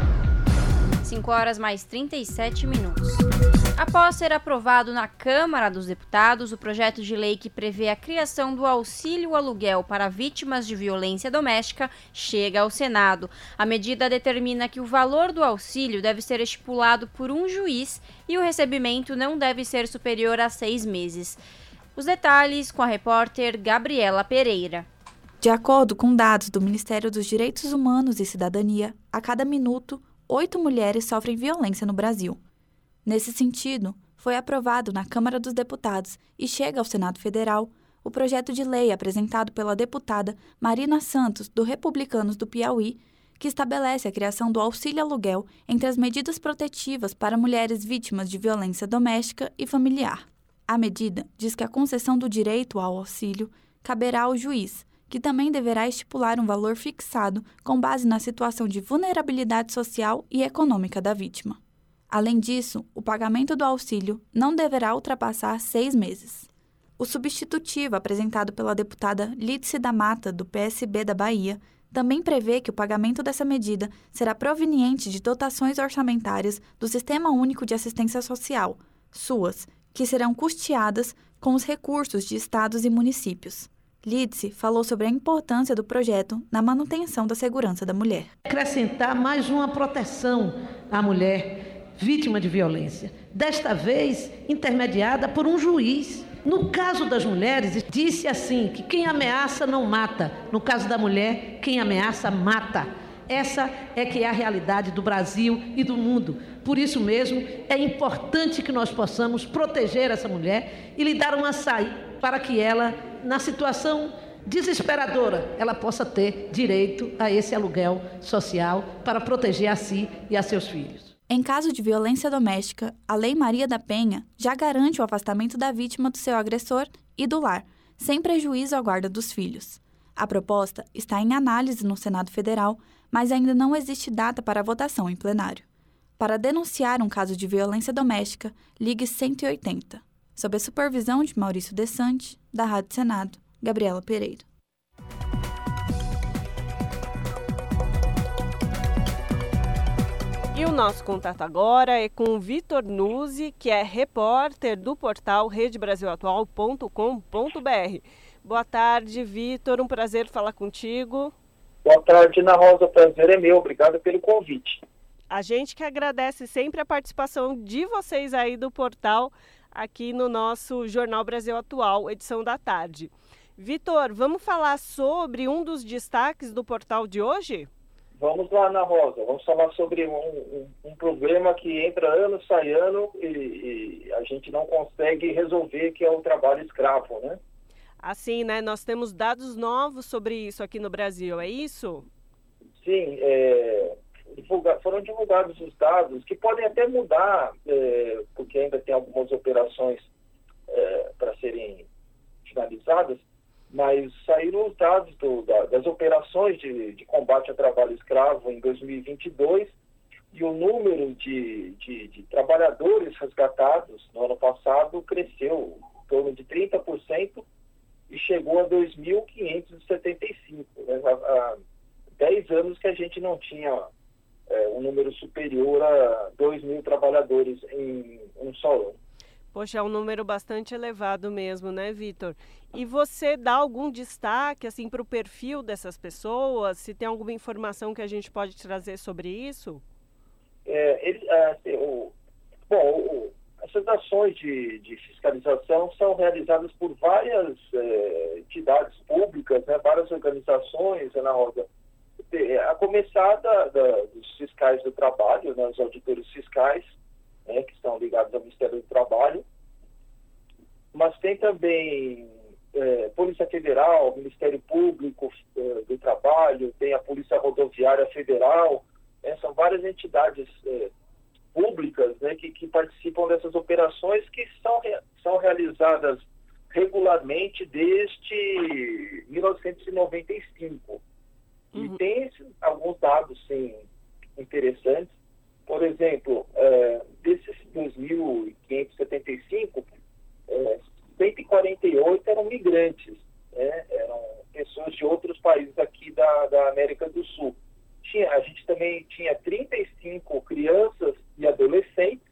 cinco horas mais trinta e sete minutos. Após ser aprovado na Câmara dos Deputados, o projeto de lei que prevê a criação do auxílio aluguel para vítimas de violência doméstica chega ao Senado. A medida determina que o valor do auxílio deve ser estipulado por um juiz e o recebimento não deve ser superior a seis meses. Os detalhes com a repórter Gabriela Pereira. De acordo com dados do Ministério dos Direitos Humanos e Cidadania, a cada minuto, oito mulheres sofrem violência no Brasil. Nesse sentido, foi aprovado na Câmara dos Deputados e chega ao Senado Federal o projeto de lei apresentado pela deputada Marina Santos, do Republicanos do Piauí, que estabelece a criação do auxílio aluguel entre as medidas protetivas para mulheres vítimas de violência doméstica e familiar. A medida diz que a concessão do direito ao auxílio caberá ao juiz, que também deverá estipular um valor fixado com base na situação de vulnerabilidade social e econômica da vítima. Além disso, o pagamento do auxílio não deverá ultrapassar seis meses. O substitutivo apresentado pela deputada Lídice da Mata, do P S B da Bahia, também prevê que o pagamento dessa medida será proveniente de dotações orçamentárias do Sistema Único de Assistência Social, SUAS, que serão custeadas com os recursos de estados e municípios. Lídice falou sobre a importância do projeto na manutenção da segurança da mulher. Acrescentar mais uma proteção à mulher vítima de violência, desta vez intermediada por um juiz. No caso das mulheres, disse assim, que quem ameaça não mata. No caso da mulher, quem ameaça mata. Essa é que é a realidade do Brasil e do mundo. Por isso mesmo, é importante que nós possamos proteger essa mulher e lhe dar uma saída para que ela na situação desesperadora, ela possa ter direito a esse aluguel social para proteger a si e a seus filhos. Em caso de violência doméstica, a Lei Maria da Penha já garante o afastamento da vítima do seu agressor e do lar, sem prejuízo à guarda dos filhos. A proposta está em análise no Senado Federal, mas ainda não existe data para votação em plenário. Para denunciar um caso de violência doméstica, ligue cento e oitenta. Sob a supervisão de Maurício Desante, da Rádio Senado, Gabriela Pereira. E o nosso contato agora é com o Vitor Nuzzi, que é repórter do portal rede brasil atual ponto com ponto b r. Boa tarde, Vitor. Um prazer falar contigo. Boa tarde, Ana Rosa. O prazer é meu. Obrigado pelo convite. A gente que agradece sempre a participação de vocês aí do portal aqui no nosso Jornal Brasil Atual, edição da tarde. Vitor, vamos falar sobre um dos destaques do portal de hoje? Vamos lá, Ana Rosa. Vamos falar sobre um, um, um problema que entra ano, sai ano e, e a gente não consegue resolver, que é o trabalho escravo, né? Assim, né? Nós temos dados novos sobre isso aqui no Brasil, é isso? Sim, é, divulga, foram divulgados os dados, que podem até mudar, é, porque ainda tem algumas operações é, para serem finalizadas, mas saíram os dados do, da, das operações de, de combate ao trabalho escravo em dois mil e vinte e dois, e o número de, de, de trabalhadores resgatados no ano passado cresceu em torno de trinta por cento e chegou a dois mil quinhentos e setenta e cinco. Né? Há, há dez anos que a gente não tinha é, um número superior a dois mil trabalhadores em um só ano. Poxa, é um número bastante elevado mesmo, né, Vitor? E você dá algum destaque assim, para o perfil dessas pessoas? Se tem alguma informação que a gente pode trazer sobre isso? É, ele, assim, o, bom, o, essas ações de, de fiscalização são realizadas por várias é, entidades públicas, né, várias organizações, Ana Rosa, a começar da, da, dos fiscais do trabalho, né, os auditores fiscais, né, que estão ligados ao Ministério do Trabalho, mas tem também é, Polícia Federal, Ministério Público é, do Trabalho, tem a Polícia Rodoviária Federal, né, são várias entidades é, públicas, né, que, que participam dessas operações que são, são realizadas regularmente desde mil novecentos e noventa e cinco. Uhum. E tem esse, alguns dados, sim, interessantes. Por exemplo, é, desses dois mil quinhentos e setenta e cinco, é, cento e quarenta e oito eram migrantes, né? Eram pessoas de outros países aqui da, da América do Sul. Tinha, a gente também tinha trinta e cinco crianças e adolescentes,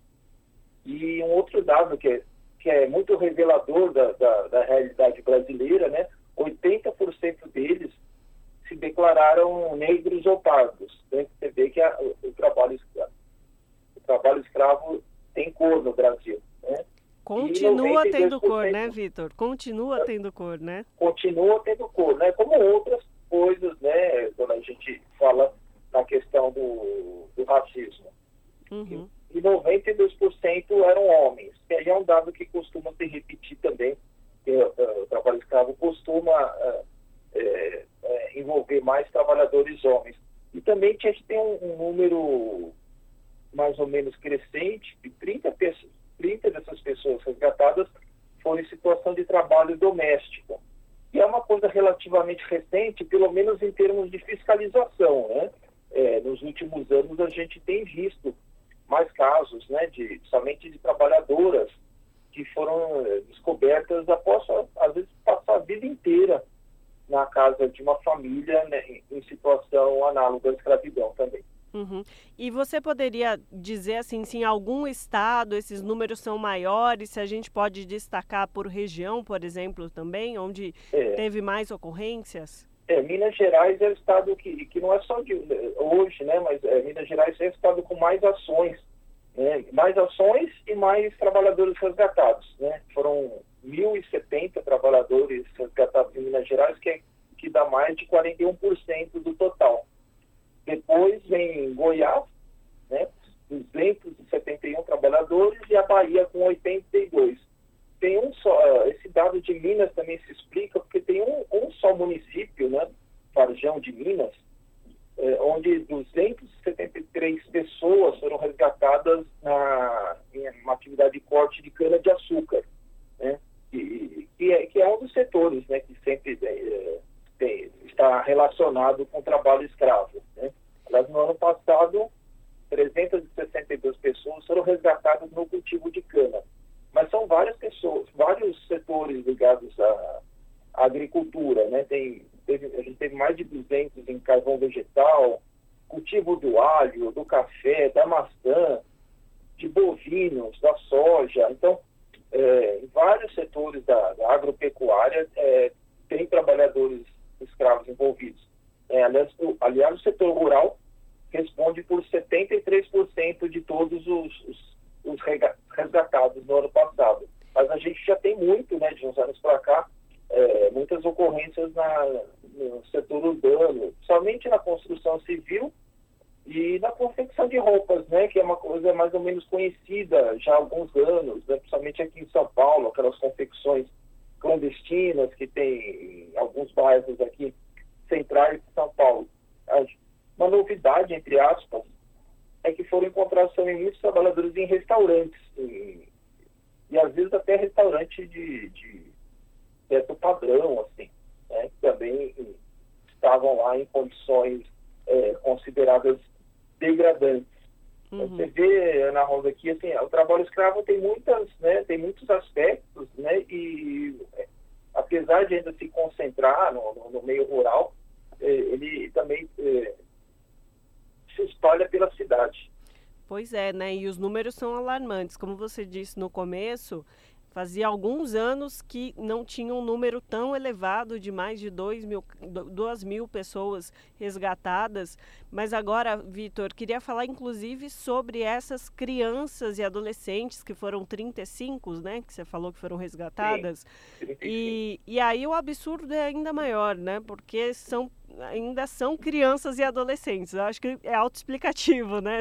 e um outro dado que é, que é muito revelador da, da, da realidade brasileira, né? oitenta por cento deles se declararam negros ou pardos. Né? Você vê que a, o, o trabalho escravo O trabalho escravo tem cor no Brasil, né? Continua tendo cor, né, Vitor? Continua tendo cor, né? Continua tendo cor, né? Como outras coisas, né? Quando a gente fala na questão do, do racismo. Uhum. E, e noventa e dois por cento eram homens. E aí é um dado que costuma se repetir também, que uh, o trabalho escravo costuma uh, é, é, envolver mais trabalhadores homens. E também a gente tem um, um número mais ou menos crescente, de trinta, trinta dessas pessoas resgatadas foram em situação de trabalho doméstico. E é uma coisa relativamente recente, pelo menos em termos de fiscalização, né? É, nos últimos anos a gente tem visto mais casos, né, de, somente de trabalhadoras que foram é, descobertas após, às vezes, passar a vida inteira na casa de uma família, né, em, em situação análoga à escravidão também. Uhum. E você poderia dizer assim, se em algum estado esses números são maiores, se a gente pode destacar por região, por exemplo, também, onde é. teve mais ocorrências? É, Minas Gerais é o estado que, que não é só de hoje, né, mas é, Minas Gerais é o estado com mais ações, né, mais ações e mais trabalhadores resgatados, né? Foram mil e setenta trabalhadores resgatados em Minas Gerais, que, é, que dá mais de quarenta e um por cento do total. Depois vem Goiás, né, duzentos e setenta e um trabalhadores, e a Bahia com oitenta e dois. Tem um só, esse dado de Minas também se explica atividade de corte de cana-de-açúcar, né? E, que, é, que é um dos setores, né, que sempre é, tem, está relacionado com o trabalho escravo, né? Aliás, no ano passado, trezentas e sessenta e duas pessoas foram resgatadas no cultivo de cana. Mas são várias pessoas, vários setores ligados à, à agricultura, né? Tem, teve, a gente teve mais de duzentos em carvão vegetal, cultivo do alho, do café, da maçã, de bovinos, da soja. Então, é, em vários setores da, da agropecuária é, tem trabalhadores escravos envolvidos. É, aliás, o, aliás, o setor rural responde por setenta e três por cento de todos os, os, os resgatados no ano passado. Mas a gente já tem muito, né, de uns anos para cá, é, muitas ocorrências na, no setor urbano, somente na construção civil e na confecção de roupas, né, que é uma coisa mais ou menos conhecida já há alguns anos, né, principalmente aqui em São Paulo, aquelas confecções clandestinas que tem em alguns bairros aqui centrais de São Paulo. Uma novidade, entre aspas, é que foram encontrados também muitos trabalhadores em restaurantes, e, e às vezes até restaurante de, de certo padrão, assim, né, que também estavam lá em condições é, consideradas degradantes. Uhum. Você vê, Ana Rosa, aqui, assim, o trabalho escravo tem muitas, né, tem muitos aspectos, né, e é, apesar de ainda se concentrar no, no, no meio rural, é, ele também é, se espalha pela cidade. Pois é, né, e os números são alarmantes. Como você disse no começo, fazia alguns anos que não tinha um número tão elevado de mais de dois mil, duas mil pessoas resgatadas. Mas agora, Vitor, queria falar inclusive sobre essas crianças e adolescentes, que foram trinta e cinco, né? Que você falou que foram resgatadas. Sim. E, e aí o absurdo é ainda maior, né? Porque são ainda são crianças e adolescentes. Eu acho que é autoexplicativo, né?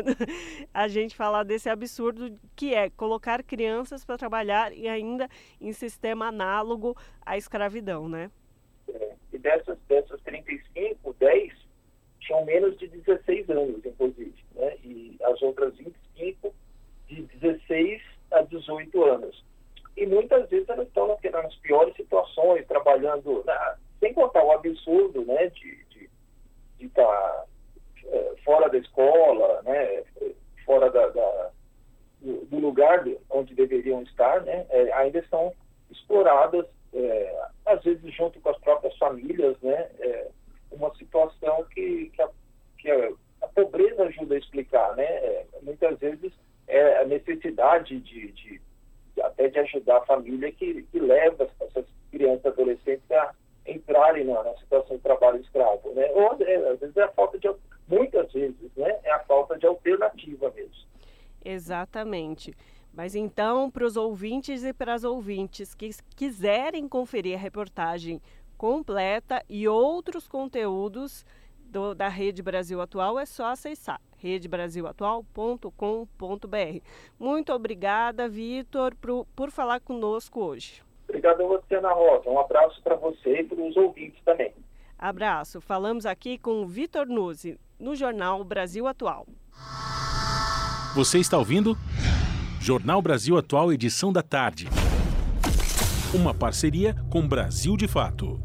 A gente falar desse absurdo que é colocar crianças para trabalhar e ainda em sistema análogo à escravidão, né? É, e dessas, dessas trinta e cinco, dez tinham menos de dezesseis anos, inclusive, né? E as outras vinte e cinco de dezesseis a dezoito anos. E muitas vezes elas estão nas piores situações, trabalhando, na, sem contar o absurdo, né, de de estar tá, é, fora da escola, né, fora da, da, do, do lugar onde deveriam estar, né, é, ainda são exploradas, é, às vezes junto com as próprias famílias, né, é, uma situação que, que, a, que a, a pobreza ajuda a explicar, né, é, muitas vezes é a necessidade de, de, de até de ajudar a família que, que leva essas crianças e adolescentes a entrarem na, na situação de trabalho escravo, né? Ou é, às vezes é a falta de, muitas vezes, né? É a falta de alternativa mesmo. Exatamente. Mas então, para os ouvintes e para as ouvintes que quiserem conferir a reportagem completa e outros conteúdos do, da Rede Brasil Atual, é só acessar rede brasil atual ponto com ponto b r. Muito obrigada, Vitor, por, por falar conosco hoje. Obrigado a você, Ana Rosa. Um abraço para você e para os ouvintes também. Abraço. Falamos aqui com o Vitor Nuzzi, no Jornal Brasil Atual. Você está ouvindo? Jornal Brasil Atual, edição da tarde. Uma parceria com Brasil de Fato.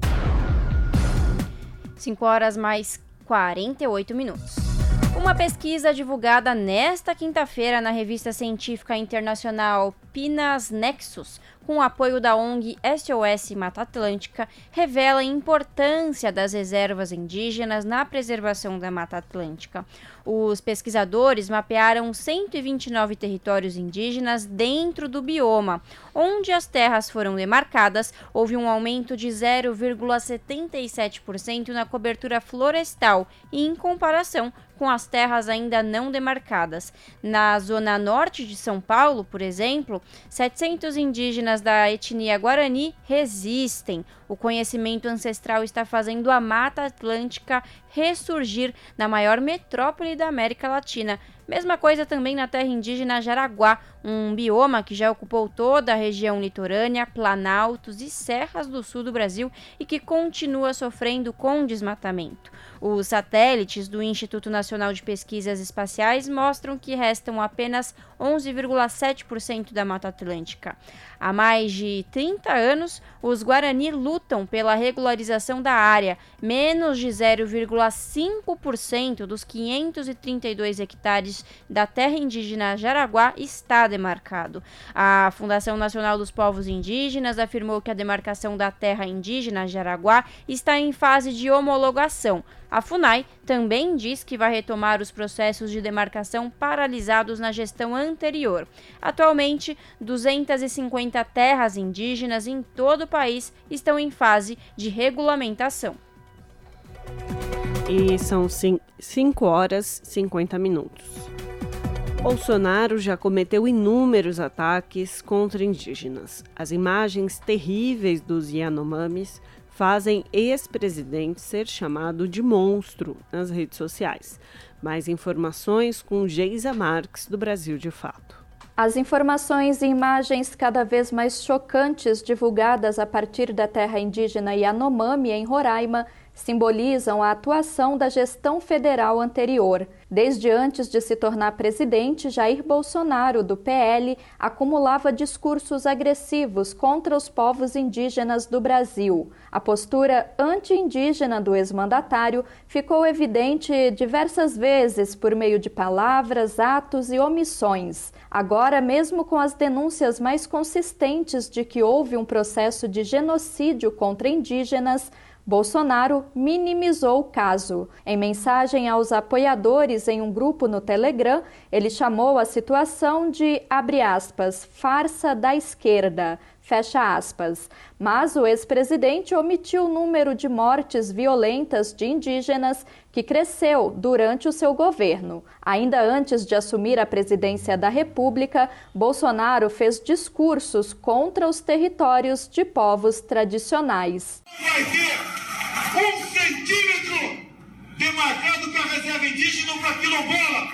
cinco horas mais quarenta e oito minutos. Uma pesquisa divulgada nesta quinta-feira na revista científica internacional PNAS Nexus, com o apoio da O N G S O S Mata Atlântica, revela a importância das reservas indígenas na preservação da Mata Atlântica. Os pesquisadores mapearam cento e vinte e nove territórios indígenas dentro do bioma. Onde as terras foram demarcadas, houve um aumento de zero vírgula setenta e sete por cento na cobertura florestal e em comparação com as terras ainda não demarcadas. Na zona norte de São Paulo, por exemplo, setecentos indígenas da etnia Guarani resistem. O conhecimento ancestral está fazendo a Mata Atlântica ressurgir na maior metrópole da América Latina. Mesma coisa também na terra indígena Jaraguá, um bioma que já ocupou toda a região litorânea, planaltos e serras do sul do Brasil e que continua sofrendo com desmatamento. Os satélites do Instituto Nacional de Pesquisas Espaciais mostram que restam apenas onze vírgula sete por cento da Mata Atlântica. Há mais de trinta anos, os Guarani lutam pela regularização da área. Menos de zero vírgula cinco por cento dos quinhentos e trinta e dois hectares da terra indígena Jaraguá está demarcado. A Fundação Nacional dos Povos Indígenas afirmou que a demarcação da terra indígena Jaraguá está em fase de homologação. A FUNAI também diz que vai retomar os processos de demarcação paralisados na gestão anterior. Atualmente, duzentas e cinquenta terras indígenas em todo o país estão em fase de regulamentação. E são cinco horas e cinquenta minutos. Bolsonaro já cometeu inúmeros ataques contra indígenas. As imagens terríveis dos Yanomamis fazem ex-presidente ser chamado de monstro nas redes sociais. Mais informações com Geisa Marques, do Brasil de Fato. As informações e imagens cada vez mais chocantes divulgadas a partir da terra indígena Yanomami, em Roraima, simbolizam a atuação da gestão federal anterior. Desde antes de se tornar presidente, Jair Bolsonaro, do P L, acumulava discursos agressivos contra os povos indígenas do Brasil. A postura anti-indígena do ex-mandatário ficou evidente diversas vezes por meio de palavras, atos e omissões. Agora, mesmo com as denúncias mais consistentes de que houve um processo de genocídio contra indígenas, Bolsonaro minimizou o caso. Em mensagem aos apoiadores em um grupo no Telegram, ele chamou a situação de, abre aspas, farsa da esquerda, fecha aspas. Mas o ex-presidente omitiu o número de mortes violentas de indígenas que cresceu durante o seu governo. Ainda antes de assumir a presidência da República, Bolsonaro fez discursos contra os territórios de povos tradicionais. Vai ter um centímetro demarcado para a reserva indígena ou para a quilombola.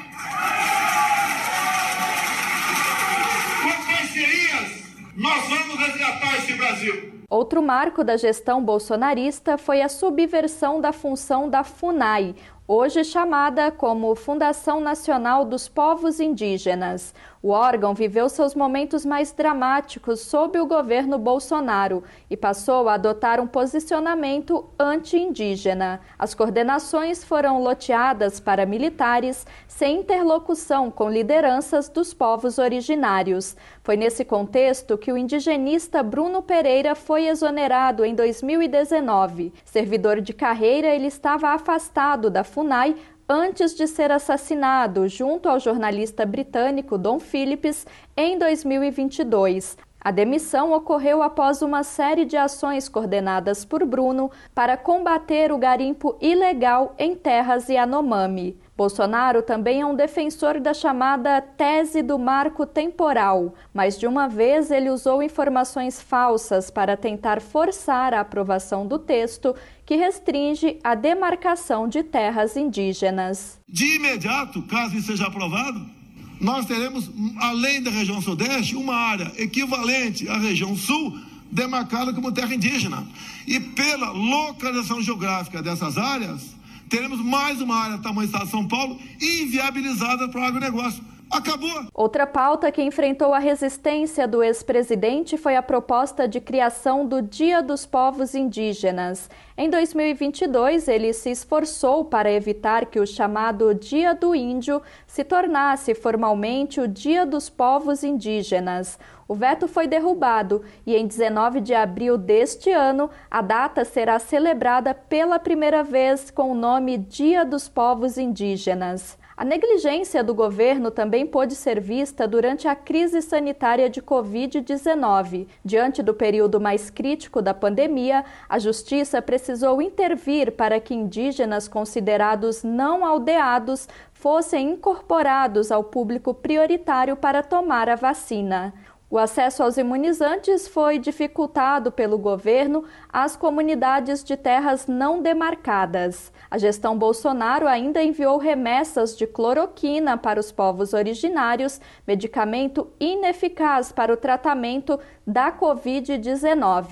Com parcerias, nós vamos resgatar esse Brasil. Outro marco da gestão bolsonarista foi a subversão da função da FUNAI, hoje chamada como Fundação Nacional dos Povos Indígenas. O órgão viveu seus momentos mais dramáticos sob o governo Bolsonaro e passou a adotar um posicionamento anti-indígena. As coordenações foram loteadas para militares sem interlocução com lideranças dos povos originários. Foi nesse contexto que o indigenista Bruno Pereira foi exonerado em dois mil e dezenove. Servidor de carreira, ele estava afastado da FUNAI antes de ser assassinado, junto ao jornalista britânico Dom Phillips, em dois mil e vinte e dois. A demissão ocorreu após uma série de ações coordenadas por Bruno para combater o garimpo ilegal em terras Yanomami. Bolsonaro também é um defensor da chamada tese do marco temporal, mas de uma vez ele usou informações falsas para tentar forçar a aprovação do texto que restringe a demarcação de terras indígenas. De imediato, caso isso seja aprovado, nós teremos, além da região sudeste, uma área equivalente à região sul, demarcada como terra indígena. E pela localização geográfica dessas áreas, teremos mais uma área do tamanho do estado de São Paulo inviabilizada para o agronegócio. Acabou! Outra pauta que enfrentou a resistência do ex-presidente foi a proposta de criação do Dia dos Povos Indígenas. Em dois mil e vinte e dois, ele se esforçou para evitar que o chamado Dia do Índio se tornasse formalmente o Dia dos Povos Indígenas. O veto foi derrubado e em dezenove de abril deste ano, a data será celebrada pela primeira vez com o nome Dia dos Povos Indígenas. A negligência do governo também pôde ser vista durante a crise sanitária de covid dezenove. Diante do período mais crítico da pandemia, a Justiça precisou intervir para que indígenas considerados não aldeados fossem incorporados ao público prioritário para tomar a vacina. O acesso aos imunizantes foi dificultado pelo governo às comunidades de terras não demarcadas. A gestão Bolsonaro ainda enviou remessas de cloroquina para os povos originários, medicamento ineficaz para o tratamento da covid dezenove.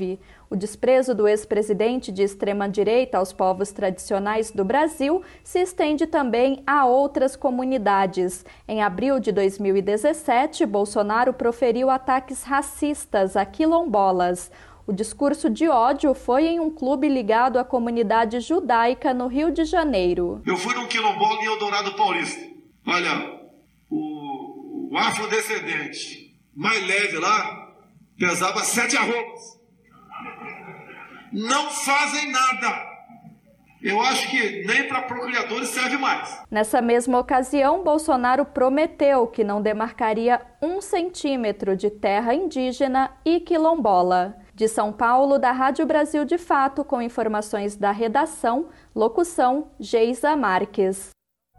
O desprezo do ex-presidente de extrema-direita aos povos tradicionais do Brasil se estende também a outras comunidades. Em abril de dois mil e dezessete, Bolsonaro proferiu ataques racistas a quilombolas. O discurso de ódio foi em um clube ligado à comunidade judaica no Rio de Janeiro. Eu fui num quilombola em Eldorado Paulista. Olha, o, o afrodescendente mais leve lá pesava sete arrobas. Não fazem nada. Eu acho que nem para procriadores serve mais. Nessa mesma ocasião, Bolsonaro prometeu que não demarcaria um centímetro de terra indígena e quilombola. De São Paulo, da Rádio Brasil de Fato, com informações da redação, locução Geisa Marques.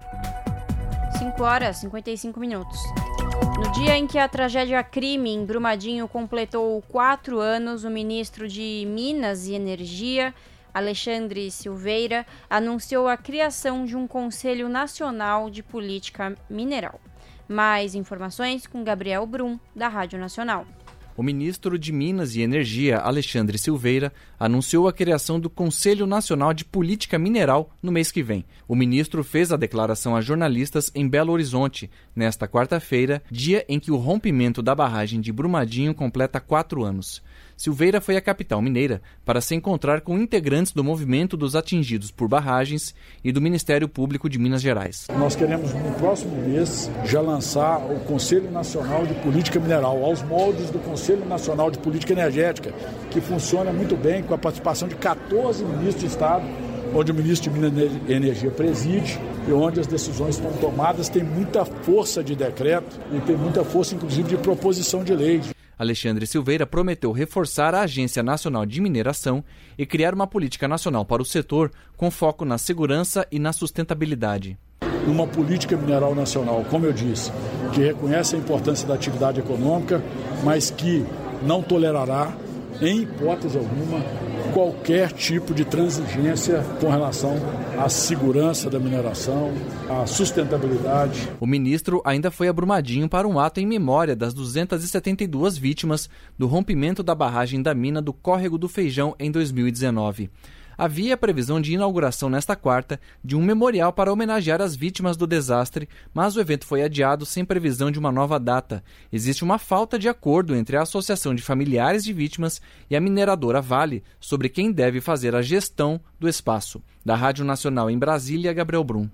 cinco horas e cinquenta e cinco minutos. No dia em que a tragédia crime em Brumadinho completou quatro anos, o ministro de Minas e Energia, Alexandre Silveira, anunciou a criação de um Conselho Nacional de Política Mineral. Mais informações com Gabriel Brum, da Rádio Nacional. O ministro de Minas e Energia, Alexandre Silveira, anunciou a criação do Conselho Nacional de Política Mineral no mês que vem. O ministro fez a declaração a jornalistas em Belo Horizonte, nesta quarta-feira, dia em que o rompimento da barragem de Brumadinho completa quatro anos. Silveira foi à capital mineira para se encontrar com integrantes do movimento dos atingidos por barragens e do Ministério Público de Minas Gerais. Nós queremos, no próximo mês, já lançar o Conselho Nacional de Política Mineral, aos moldes do Conselho Nacional de Política Energética, que funciona muito bem com a participação de quatorze ministros de Estado, onde o ministro de Minas e Energia preside e onde as decisões estão tomadas, tem muita força de decreto e tem muita força, inclusive, de proposição de lei. Alexandre Silveira prometeu reforçar a Agência Nacional de Mineração e criar uma política nacional para o setor com foco na segurança e na sustentabilidade. Uma política mineral nacional, como eu disse, que reconhece a importância da atividade econômica, mas que não tolerará, em hipótese alguma, qualquer tipo de transigência com relação à segurança da mineração, à sustentabilidade. O ministro ainda foi a Brumadinho para um ato em memória das duzentas e setenta e duas vítimas do rompimento da barragem da mina do Córrego do Feijão em dois mil e dezenove. Havia a previsão de inauguração nesta quarta de um memorial para homenagear as vítimas do desastre, mas o evento foi adiado sem previsão de uma nova data. Existe uma falta de acordo entre a Associação de Familiares de Vítimas e a mineradora Vale sobre quem deve fazer a gestão do espaço. Da Rádio Nacional em Brasília, Gabriel Brum.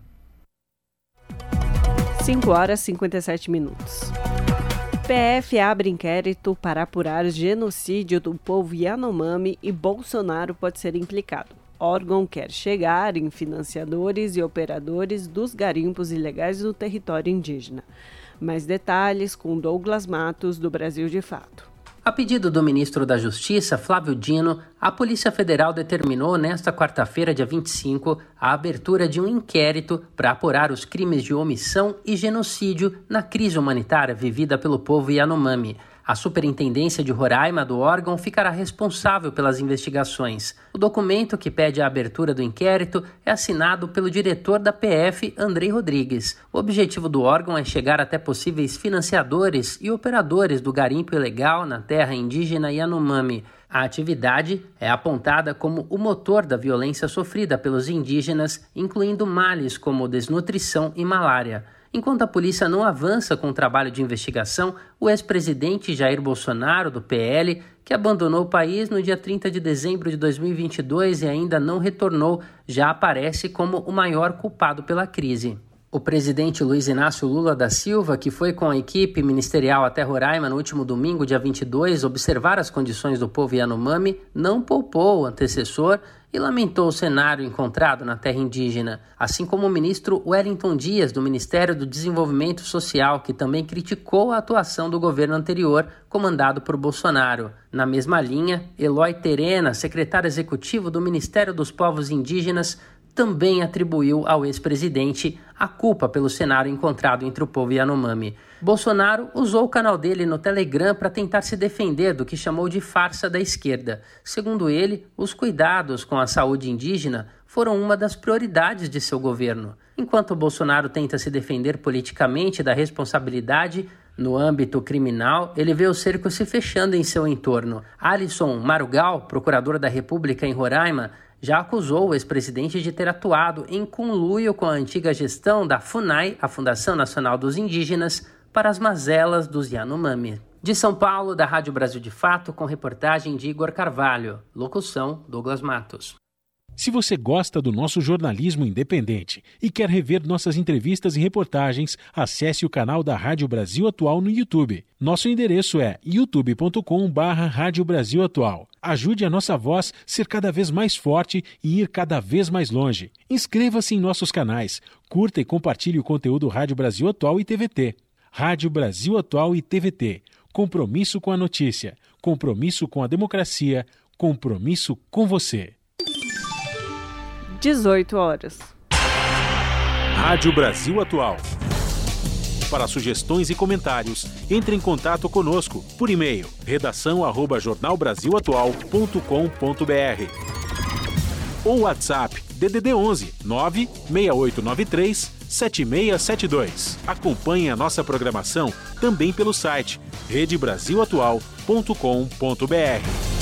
cinco horas e cinquenta e sete minutos. P F abre inquérito para apurar genocídio do povo Yanomami e Bolsonaro pode ser implicado. Órgão quer chegar em financiadores e operadores dos garimpos ilegais no território indígena. Mais detalhes com Douglas Matos, do Brasil de Fato. A pedido do ministro da Justiça, Flávio Dino, a Polícia Federal determinou nesta quarta-feira, dia vinte e cinco, a abertura de um inquérito para apurar os crimes de omissão e genocídio na crise humanitária vivida pelo povo Yanomami. A Superintendência de Roraima do órgão ficará responsável pelas investigações. O documento que pede a abertura do inquérito é assinado pelo diretor da P F, Andrei Rodrigues. O objetivo do órgão é chegar até possíveis financiadores e operadores do garimpo ilegal na terra indígena Yanomami. A atividade é apontada como o motor da violência sofrida pelos indígenas, incluindo males como desnutrição e malária. Enquanto a polícia não avança com o trabalho de investigação, o ex-presidente Jair Bolsonaro, do P L, que abandonou o país no dia trinta de dezembro de dois mil e vinte e dois e ainda não retornou, já aparece como o maior culpado pela crise. O presidente Luiz Inácio Lula da Silva, que foi com a equipe ministerial até Roraima no último domingo, dia vinte e dois, observar as condições do povo Yanomami, não poupou o antecessor e lamentou o cenário encontrado na terra indígena, assim como o ministro Wellington Dias, do Ministério do Desenvolvimento Social, que também criticou a atuação do governo anterior, comandado por Bolsonaro. Na mesma linha, Eloy Terena, secretário executivo do Ministério dos Povos Indígenas, também atribuiu ao ex-presidente a culpa pelo cenário encontrado entre o povo Yanomami. Bolsonaro usou o canal dele no Telegram para tentar se defender do que chamou de farsa da esquerda. Segundo ele, os cuidados com a saúde indígena foram uma das prioridades de seu governo. Enquanto Bolsonaro tenta se defender politicamente da responsabilidade, No âmbito criminal, ele vê o cerco se fechando em seu entorno. Alisson Marugal, procurador da República em Roraima, já acusou o ex-presidente de ter atuado em conluio com a antiga gestão da FUNAI, a Fundação Nacional dos Indígenas, para as mazelas dos Yanomami. De São Paulo, da Rádio Brasil de Fato, com reportagem de Igor Carvalho. Locução, Douglas Matos. Se você gosta do nosso jornalismo independente e quer rever nossas entrevistas e reportagens, acesse o canal da Rádio Brasil Atual no YouTube. Nosso endereço é youtube ponto com barra Rádio Brasil Atual. Ajude a nossa voz ser cada vez mais forte e ir cada vez mais longe. Inscreva-se em nossos canais, curta e compartilhe o conteúdo Rádio Brasil Atual e T V T. Rádio Brasil Atual e T V T. Compromisso com a notícia, compromisso com a democracia, compromisso com você. dezoito horas. Rádio Brasil Atual. Para sugestões e comentários, entre em contato conosco por e-mail redação arroba jornal brasil atual ponto com ponto br ou WhatsApp D D D onze nove seis oito nove três sete seis sete dois. Acompanhe a nossa programação também pelo site rede brasil atual ponto com ponto br.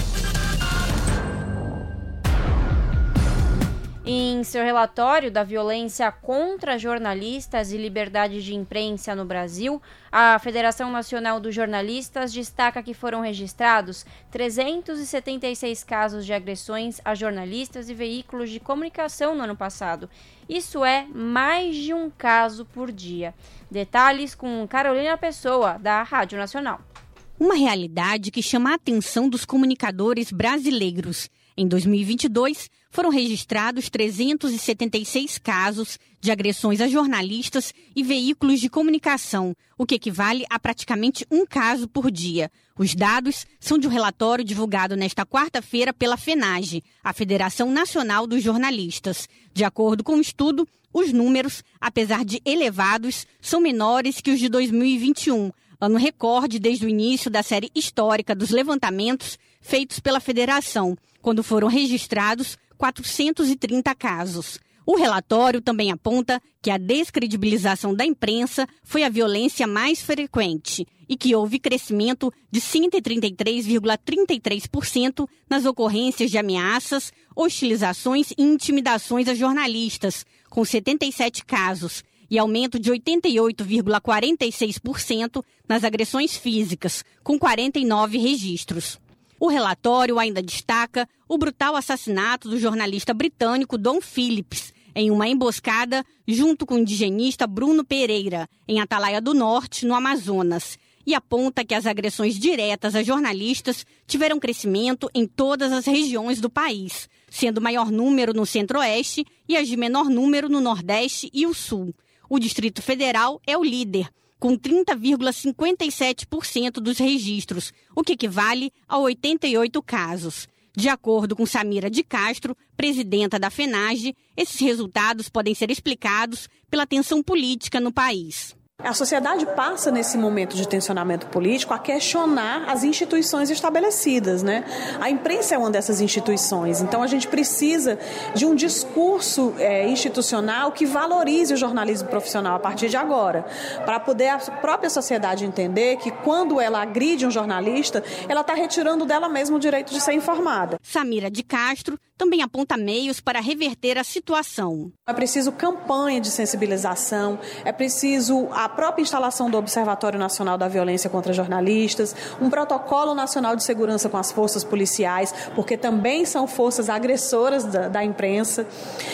Em seu relatório da violência contra jornalistas e liberdade de imprensa no Brasil, a Federação Nacional dos Jornalistas destaca que foram registrados trezentos e setenta e seis casos de agressões a jornalistas e veículos de comunicação no ano passado. Isso é mais de um caso por dia. Detalhes com Carolina Pessoa, da Rádio Nacional. Uma realidade que chama a atenção dos comunicadores brasileiros. Em dois mil e vinte e dois, foram registrados trezentos e setenta e seis casos de agressões a jornalistas e veículos de comunicação, o que equivale a praticamente um caso por dia. Os dados são de um relatório divulgado nesta quarta-feira pela FENAGE, a Federação Nacional dos Jornalistas. De acordo com o estudo, os números, apesar de elevados, são menores que os de dois mil e vinte e um, ano recorde desde o início da série histórica dos levantamentos feitos pela Federação, quando foram registrados quatrocentos e trinta casos. O relatório também aponta que a descredibilização da imprensa foi a violência mais frequente e que houve crescimento de cento e trinta e três vírgula trinta e três por cento nas ocorrências de ameaças, hostilizações e intimidações a jornalistas, com setenta e sete casos, e aumento de oitenta e oito vírgula quarenta e seis por cento nas agressões físicas, com quarenta e nove registros. O relatório ainda destaca o brutal assassinato do jornalista britânico Dom Phillips, em uma emboscada junto com o indigenista Bruno Pereira, em Atalaia do Norte, no Amazonas, e aponta que as agressões diretas a jornalistas tiveram crescimento em todas as regiões do país, sendo o maior número no Centro-Oeste e as de menor número no Nordeste e o Sul. O Distrito Federal é o líder, com trinta vírgula cinquenta e sete por cento dos registros, o que equivale a oitenta e oito casos. De acordo com Samira de Castro, presidenta da FENAGE, esses resultados podem ser explicados pela tensão política no país. A sociedade passa, nesse momento de tensionamento político, a questionar as instituições estabelecidas, né? A imprensa é uma dessas instituições, então a gente precisa de um discurso é, institucional que valorize o jornalismo profissional a partir de agora, para poder a própria sociedade entender que quando ela agride um jornalista, ela está retirando dela mesma o direito de ser informada. Samira de Castro também aponta meios para reverter a situação. É preciso campanha de sensibilização, é preciso a própria instalação do Observatório Nacional da Violência contra Jornalistas, um protocolo nacional de segurança com as forças policiais, porque também são forças agressoras da, da imprensa.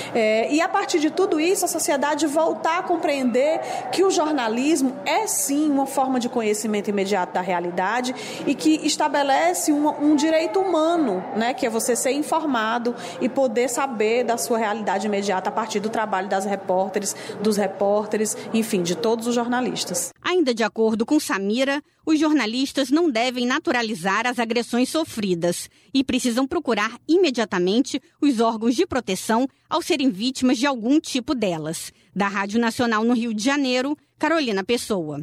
É, e a partir de tudo isso, a sociedade voltar a compreender que o jornalismo é sim uma forma de conhecimento imediato da realidade e que estabelece um, um direito humano, né, que é você ser informado e poder saber da sua realidade imediata a partir do trabalho das repórteres, dos repórteres, enfim, de todos os jornalistas. Ainda de acordo com Samira, os jornalistas não devem naturalizar as agressões sofridas e precisam procurar imediatamente os órgãos de proteção ao serem vítimas de algum tipo delas. Da Rádio Nacional no Rio de Janeiro, Carolina Pessoa.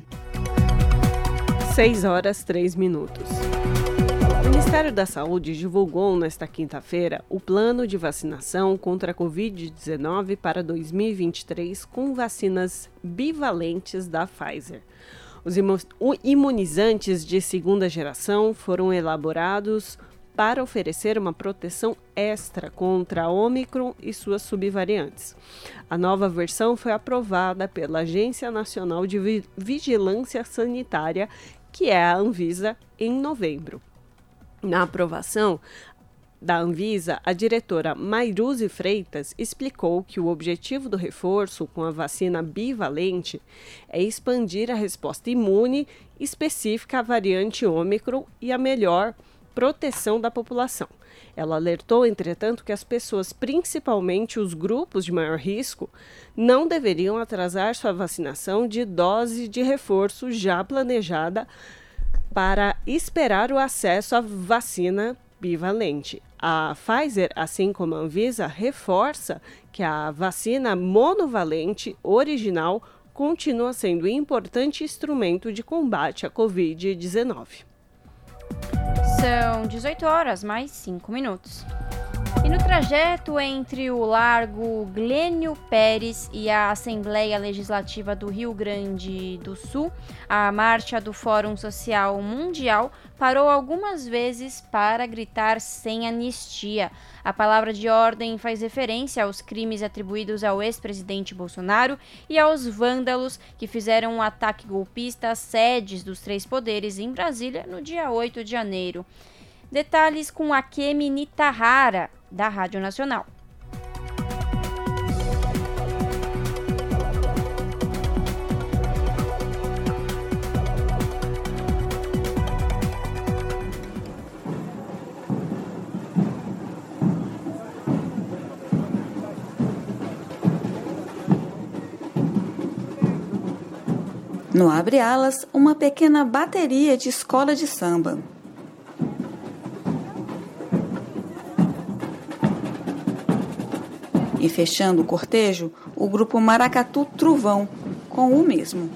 seis horas, três minutos. O Ministério da Saúde divulgou nesta quinta-feira o plano de vacinação contra a covid dezenove para dois mil e vinte e três com vacinas bivalentes da Pfizer. Os imunizantes de segunda geração foram elaborados para oferecer uma proteção extra contra a Ômicron e suas subvariantes. A nova versão foi aprovada pela Agência Nacional de Vigilância Sanitária, que é a Anvisa, em novembro. Na aprovação da Anvisa, a diretora Mairuzi Freitas explicou que o objetivo do reforço com a vacina bivalente é expandir a resposta imune específica à variante Ômicron e a melhor proteção da população. Ela alertou, entretanto, que as pessoas, principalmente os grupos de maior risco, não deveriam atrasar sua vacinação de dose de reforço já planejada para esperar o acesso à vacina bivalente. A Pfizer, assim como a Anvisa, reforça que a vacina monovalente original continua sendo um importante instrumento de combate à covid dezenove. São dezoito horas, mais cinco minutos. E no trajeto entre o Largo Glênio Pérez e a Assembleia Legislativa do Rio Grande do Sul, a marcha do Fórum Social Mundial parou algumas vezes para gritar sem anistia. A palavra de ordem faz referência aos crimes atribuídos ao ex-presidente Bolsonaro e aos vândalos que fizeram um ataque golpista às sedes dos três poderes em Brasília no dia oito de janeiro. Detalhes com Akemi Nitahara, da Rádio Nacional. No Abre Alas, uma pequena bateria de escola de samba. E fechando o cortejo, o grupo Maracatu Trovão, com o mesmo.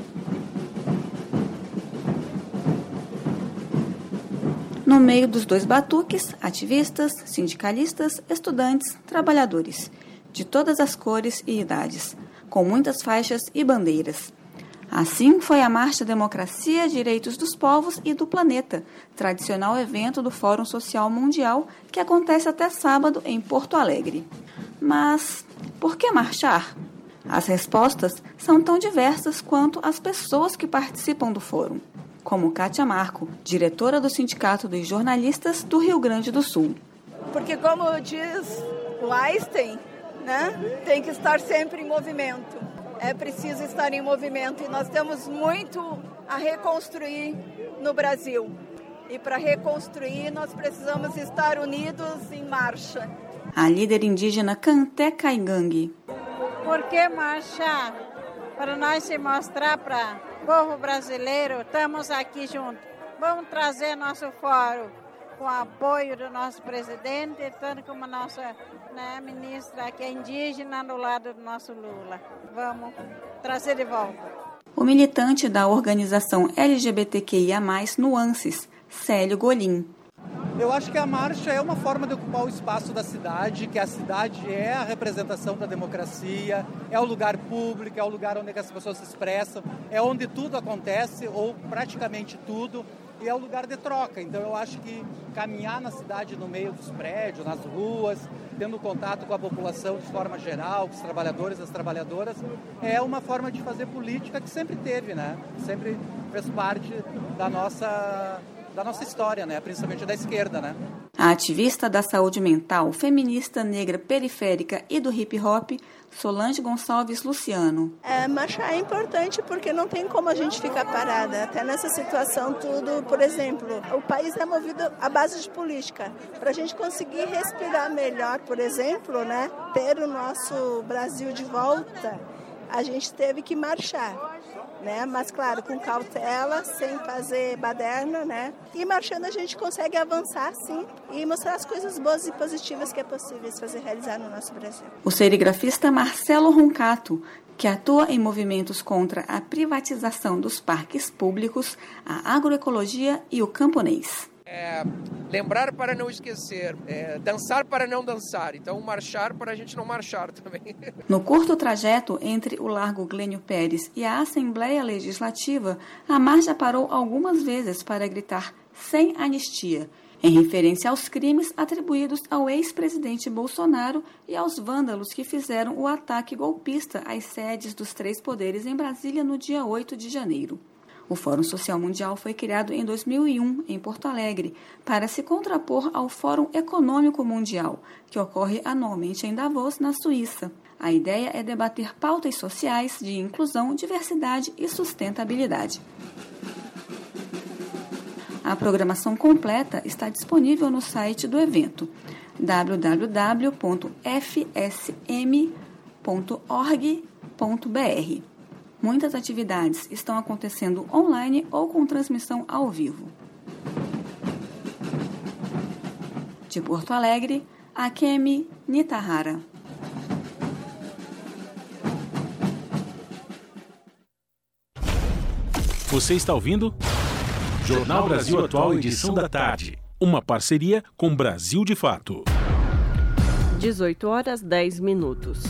No meio dos dois batuques, ativistas, sindicalistas, estudantes, trabalhadores, de todas as cores e idades, com muitas faixas e bandeiras. Assim foi a Marcha Democracia, Direitos dos Povos e do Planeta, tradicional evento do Fórum Social Mundial, que acontece até sábado em Porto Alegre. Mas por que marchar? As respostas são tão diversas quanto as pessoas que participam do fórum, como Kátia Marco, diretora do Sindicato dos Jornalistas do Rio Grande do Sul. Porque, como diz o Einstein, né, tem que estar sempre em movimento. É preciso estar em movimento e nós temos muito a reconstruir no Brasil. E para reconstruir, nós precisamos estar unidos em marcha. A líder indígena Kanté Kaigangue. Por que marchar? Para nós se mostrar para o povo brasileiro, estamos aqui juntos. Vamos trazer nosso fórum com o apoio do nosso presidente, tanto como a nossa, né, ministra que é indígena do lado do nosso Lula. Vamos trazer de volta. O militante da organização L G B T Q I A mais, Nuances, Célio Golim. Eu acho que a marcha é uma forma de ocupar o espaço da cidade, que a cidade é a representação da democracia, é o lugar público, é o lugar onde as pessoas se expressam, é onde tudo acontece, ou praticamente tudo, e é o lugar de troca. Então eu acho que caminhar na cidade, no meio dos prédios, nas ruas, tendo contato com a população de forma geral, com os trabalhadores e as trabalhadoras, é uma forma de fazer política que sempre teve, né? Sempre fez parte da nossa... da nossa história, né? Principalmente da esquerda, né? A ativista da saúde mental, feminista negra periférica e do hip hop, Solange Gonçalves Luciano. É, marchar é importante porque não tem como a gente ficar parada. Até nessa situação tudo, por exemplo, o país é movido à base de política. Para a gente conseguir respirar melhor, por exemplo, né? Ter o nosso Brasil de volta, a gente teve que marchar. Né? Mas, claro, com cautela, sem fazer baderna, né? E marchando a gente consegue avançar, sim, e mostrar as coisas boas e positivas que é possível fazer realizar no nosso Brasil. O serigrafista Marcelo Roncato, que atua em movimentos contra a privatização dos parques públicos, a agroecologia e o camponês. É, lembrar para não esquecer, é, dançar para não dançar, então marchar para a gente não marchar também. No curto trajeto entre o Largo Glênio Pérez e a Assembleia Legislativa, a marcha parou algumas vezes para gritar "sem anistia", em referência aos crimes atribuídos ao ex-presidente Bolsonaro e aos vândalos que fizeram o ataque golpista às sedes dos três poderes em Brasília no dia oito de janeiro. O Fórum Social Mundial foi criado em dois mil e um, em Porto Alegre, para se contrapor ao Fórum Econômico Mundial, que ocorre anualmente em Davos, na Suíça. A ideia é debater pautas sociais de inclusão, diversidade e sustentabilidade. A programação completa está disponível no site do evento, w w w ponto f s m ponto org ponto b r. Muitas atividades estão acontecendo online ou com transmissão ao vivo. De Porto Alegre, Akemi Nitahara. Você está ouvindo? Jornal Brasil Atual, edição da tarde. Uma parceria com Brasil de Fato. dezoito horas, dez minutos.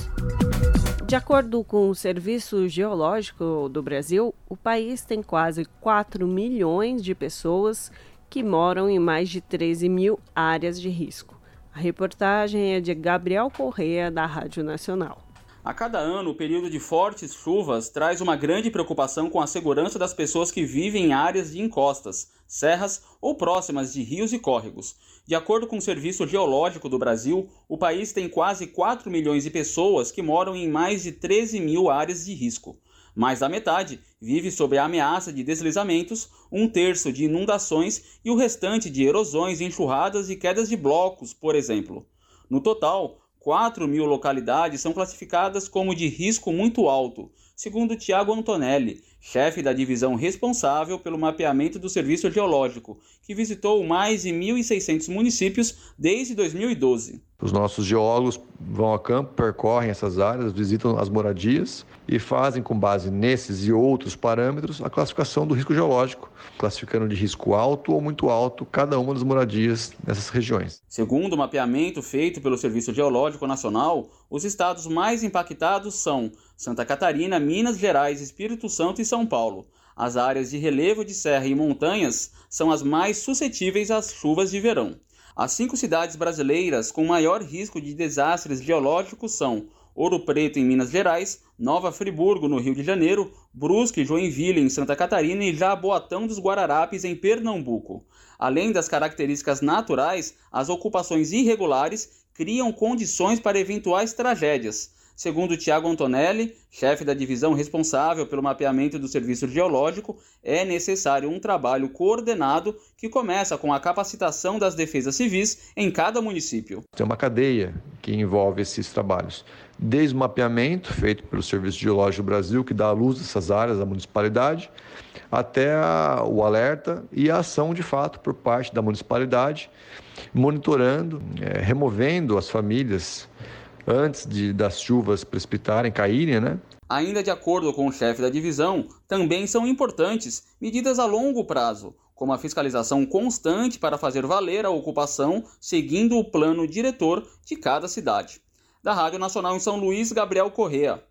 De acordo com o Serviço Geológico do Brasil, o país tem quase quatro milhões de pessoas que moram em mais de treze mil áreas de risco. A reportagem é de Gabriel Corrêa, da Rádio Nacional. A cada ano, o período de fortes chuvas traz uma grande preocupação com a segurança das pessoas que vivem em áreas de encostas, serras ou próximas de rios e córregos. De acordo com o Serviço Geológico do Brasil, o país tem quase quatro milhões de pessoas que moram em mais de treze mil áreas de risco. Mais da metade vive sob a ameaça de deslizamentos, um terço de inundações e o restante de erosões, enxurradas e quedas de blocos, por exemplo. No total, quatro mil localidades são classificadas como de risco muito alto, segundo Tiago Antonelli, chefe da divisão responsável pelo mapeamento do Serviço Geológico, que visitou mais de mil e seiscentos municípios desde dois mil e doze. Os nossos geólogos vão a campo, percorrem essas áreas, visitam as moradias e fazem, com base nesses e outros parâmetros, a classificação do risco geológico, classificando de risco alto ou muito alto cada uma das moradias nessas regiões. Segundo o mapeamento feito pelo Serviço Geológico Nacional, os estados mais impactados são Santa Catarina, Minas Gerais, Espírito Santo e São Paulo. As áreas de relevo de serra e montanhas são as mais suscetíveis às chuvas de verão. As cinco cidades brasileiras com maior risco de desastres geológicos são Ouro Preto, em Minas Gerais, Nova Friburgo, no Rio de Janeiro, Brusque e Joinville, em Santa Catarina e Jaboatão dos Guararapes, em Pernambuco. Além das características naturais, as ocupações irregulares criam condições para eventuais tragédias. Segundo Tiago Antonelli, chefe da divisão responsável pelo mapeamento do Serviço Geológico, é necessário um trabalho coordenado que começa com a capacitação das defesas civis em cada município. Tem uma cadeia que envolve esses trabalhos, desde o mapeamento feito pelo Serviço Geológico do Brasil, que dá à luz dessas áreas da municipalidade, até a, o alerta e a ação de fato por parte da municipalidade, monitorando, é, removendo as famílias antes de, das chuvas precipitarem, caírem, né? Ainda de acordo com o chefe da divisão, também são importantes medidas a longo prazo, como a fiscalização constante para fazer valer a ocupação, seguindo o plano diretor de cada cidade. Da Rádio Nacional em São Luís, Gabriel Corrêa.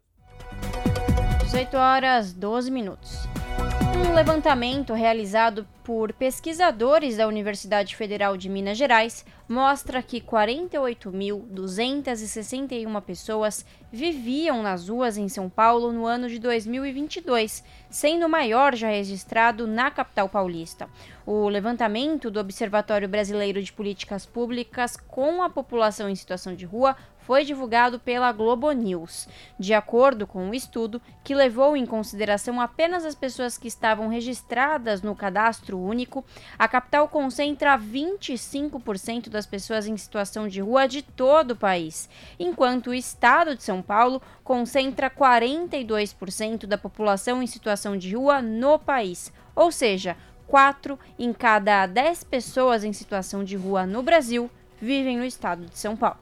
dezoito horas, doze minutos. Um levantamento realizado por pesquisadores da Universidade Federal de Minas Gerais mostra que quarenta e oito mil duzentas e sessenta e uma pessoas viviam nas ruas em São Paulo no ano de dois mil e vinte e dois, sendo o maior já registrado na capital paulista. O levantamento do Observatório Brasileiro de Políticas Públicas com a população em situação de rua foi divulgado pela Globo News. De acordo com o estudo, que levou em consideração apenas as pessoas que estavam registradas no cadastro único, a capital concentra vinte e cinco por cento das pessoas em situação de rua de todo o país, enquanto o estado de São Paulo concentra quarenta e dois por cento da população em situação de rua no país, ou seja, quatro em cada dez pessoas em situação de rua no Brasil vivem no estado de São Paulo.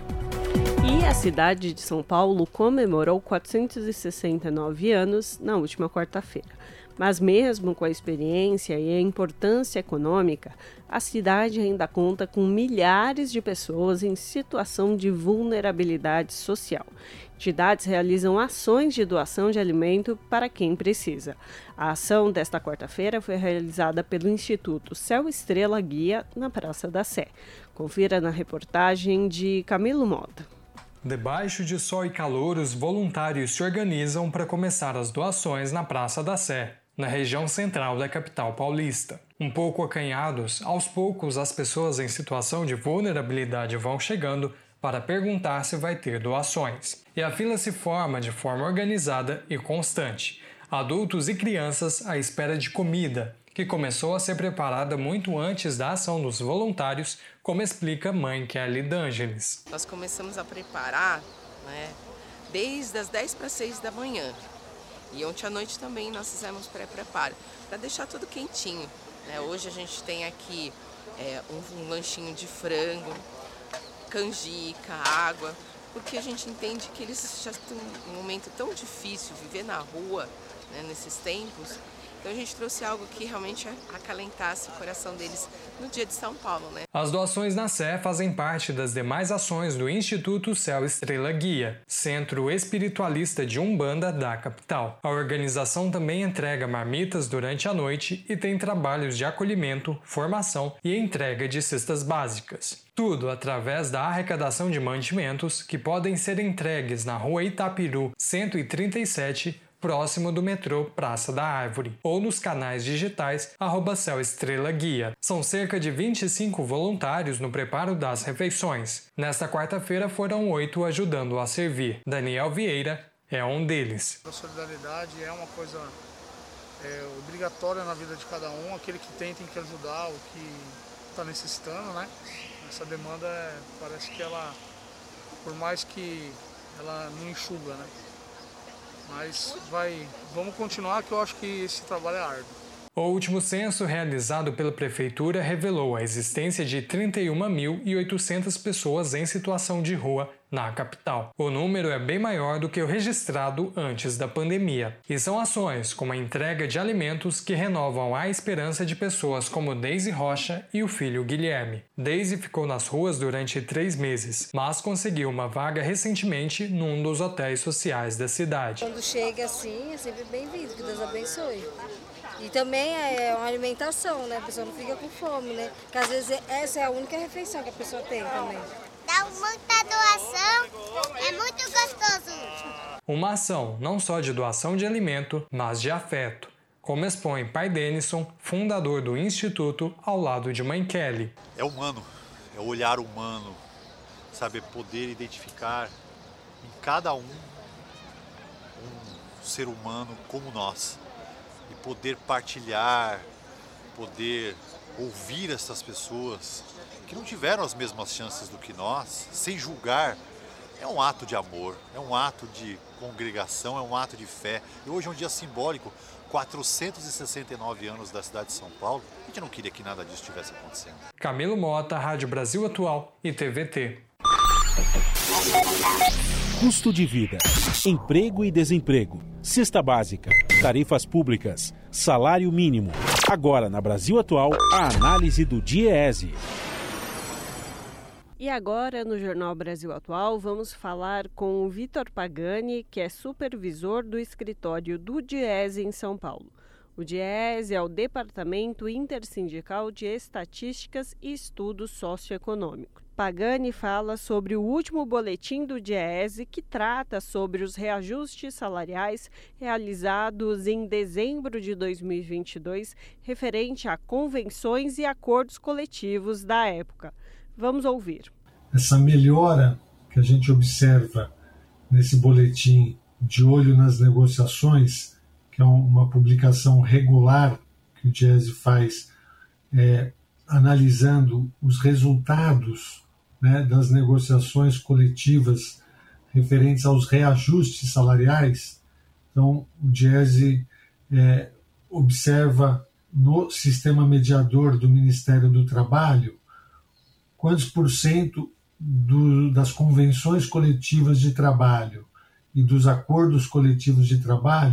E a cidade de São Paulo comemorou quatrocentos e sessenta e nove anos na última quarta-feira. Mas mesmo com a experiência e a importância econômica, a cidade ainda conta com milhares de pessoas em situação de vulnerabilidade social. Entidades realizam ações de doação de alimento para quem precisa. A ação desta quarta-feira foi realizada pelo Instituto Céu Estrela Guia, na Praça da Sé. Confira na reportagem de Camilo Mota. Debaixo de sol e calor, os voluntários se organizam para começar as doações na Praça da Sé, na região central da capital paulista. Um pouco acanhados, aos poucos as pessoas em situação de vulnerabilidade vão chegando para perguntar se vai ter doações. E a fila se forma de forma organizada e constante. Adultos e crianças à espera de comida, que começou a ser preparada muito antes da ação dos voluntários, como explica mãe Kelly D'Angelis. Nós começamos a preparar, né, desde as dez para seis da manhã. E ontem à noite também nós fizemos pré-preparo, para deixar tudo quentinho. Né? Hoje a gente tem aqui é, um, um lanchinho de frango, canjica, água, porque a gente entende que eles já estão em um momento tão difícil, viver na rua, né, nesses tempos. Então a gente trouxe algo que realmente acalentasse o coração deles no dia de São Paulo, né? As doações na Sé fazem parte das demais ações do Instituto Céu Estrela Guia, centro espiritualista de Umbanda da capital. A organização também entrega marmitas durante a noite e tem trabalhos de acolhimento, formação e entrega de cestas básicas. Tudo através da arrecadação de mantimentos que podem ser entregues na Rua Itapiru cento e trinta e sete, próximo do metrô Praça da Árvore, ou nos canais digitais arroba Céu Estrela Guia. São cerca de vinte e cinco voluntários no preparo das refeições. Nesta quarta-feira foram oito ajudando a servir. Daniel Vieira é um deles. A solidariedade é uma coisa é, obrigatória na vida de cada um. Aquele que tem tem que ajudar o que está necessitando, né? Essa demanda é, parece que ela, por mais que ela não enxuga, né? Mas vai, vamos continuar, que eu acho que esse trabalho é árduo. O último censo realizado pela Prefeitura revelou a existência de trinta e uma mil e oitocentas pessoas em situação de rua na capital. O número é bem maior do que o registrado antes da pandemia. E são ações como a entrega de alimentos que renovam a esperança de pessoas como Deise Rocha e o filho Guilherme. Deise ficou nas ruas durante três meses, mas conseguiu uma vaga recentemente num dos hotéis sociais da cidade. Quando chega assim, é sempre bem-vindo, que Deus abençoe. E também é uma alimentação, né? A pessoa não fica com fome, né? Porque às vezes essa é a única refeição que a pessoa tem também. Dá muita doação, é muito gostoso. Uma ação não só de doação de alimento, mas de afeto, como expõe pai Denison, fundador do Instituto, ao lado de mãe Kelly. É humano, é o olhar humano, sabe? Poder identificar em cada um um ser humano como nós. E poder partilhar, poder ouvir essas pessoas que não tiveram as mesmas chances do que nós, sem julgar, é um ato de amor, é um ato de congregação, é um ato de fé. E hoje é um dia simbólico, quatrocentos e sessenta e nove anos da cidade de São Paulo. A gente não queria que nada disso estivesse acontecendo. Camilo Mota, Rádio Brasil Atual e T V T. Custo de vida, emprego e desemprego, cesta básica, tarifas públicas, salário mínimo. Agora, na Brasil Atual, a análise do DIEESE. E agora, no Jornal Brasil Atual, vamos falar com o Vitor Pagani, que é supervisor do escritório do DIEESE em São Paulo. O DIEESE é o Departamento Intersindical de Estatísticas e Estudos Socioeconômicos. Pagani fala sobre o último boletim do DIEESE, que trata sobre os reajustes salariais realizados em dezembro de dois mil e vinte e dois, referente a convenções e acordos coletivos da época. Vamos ouvir. Essa melhora que a gente observa nesse boletim de olho nas negociações, que é uma publicação regular que o DIEESE faz, é, analisando os resultados, né, das negociações coletivas referentes aos reajustes salariais. Então, o DIEESE é, observa no sistema mediador do Ministério do Trabalho quantos por cento do, das convenções coletivas de trabalho e dos acordos coletivos de trabalho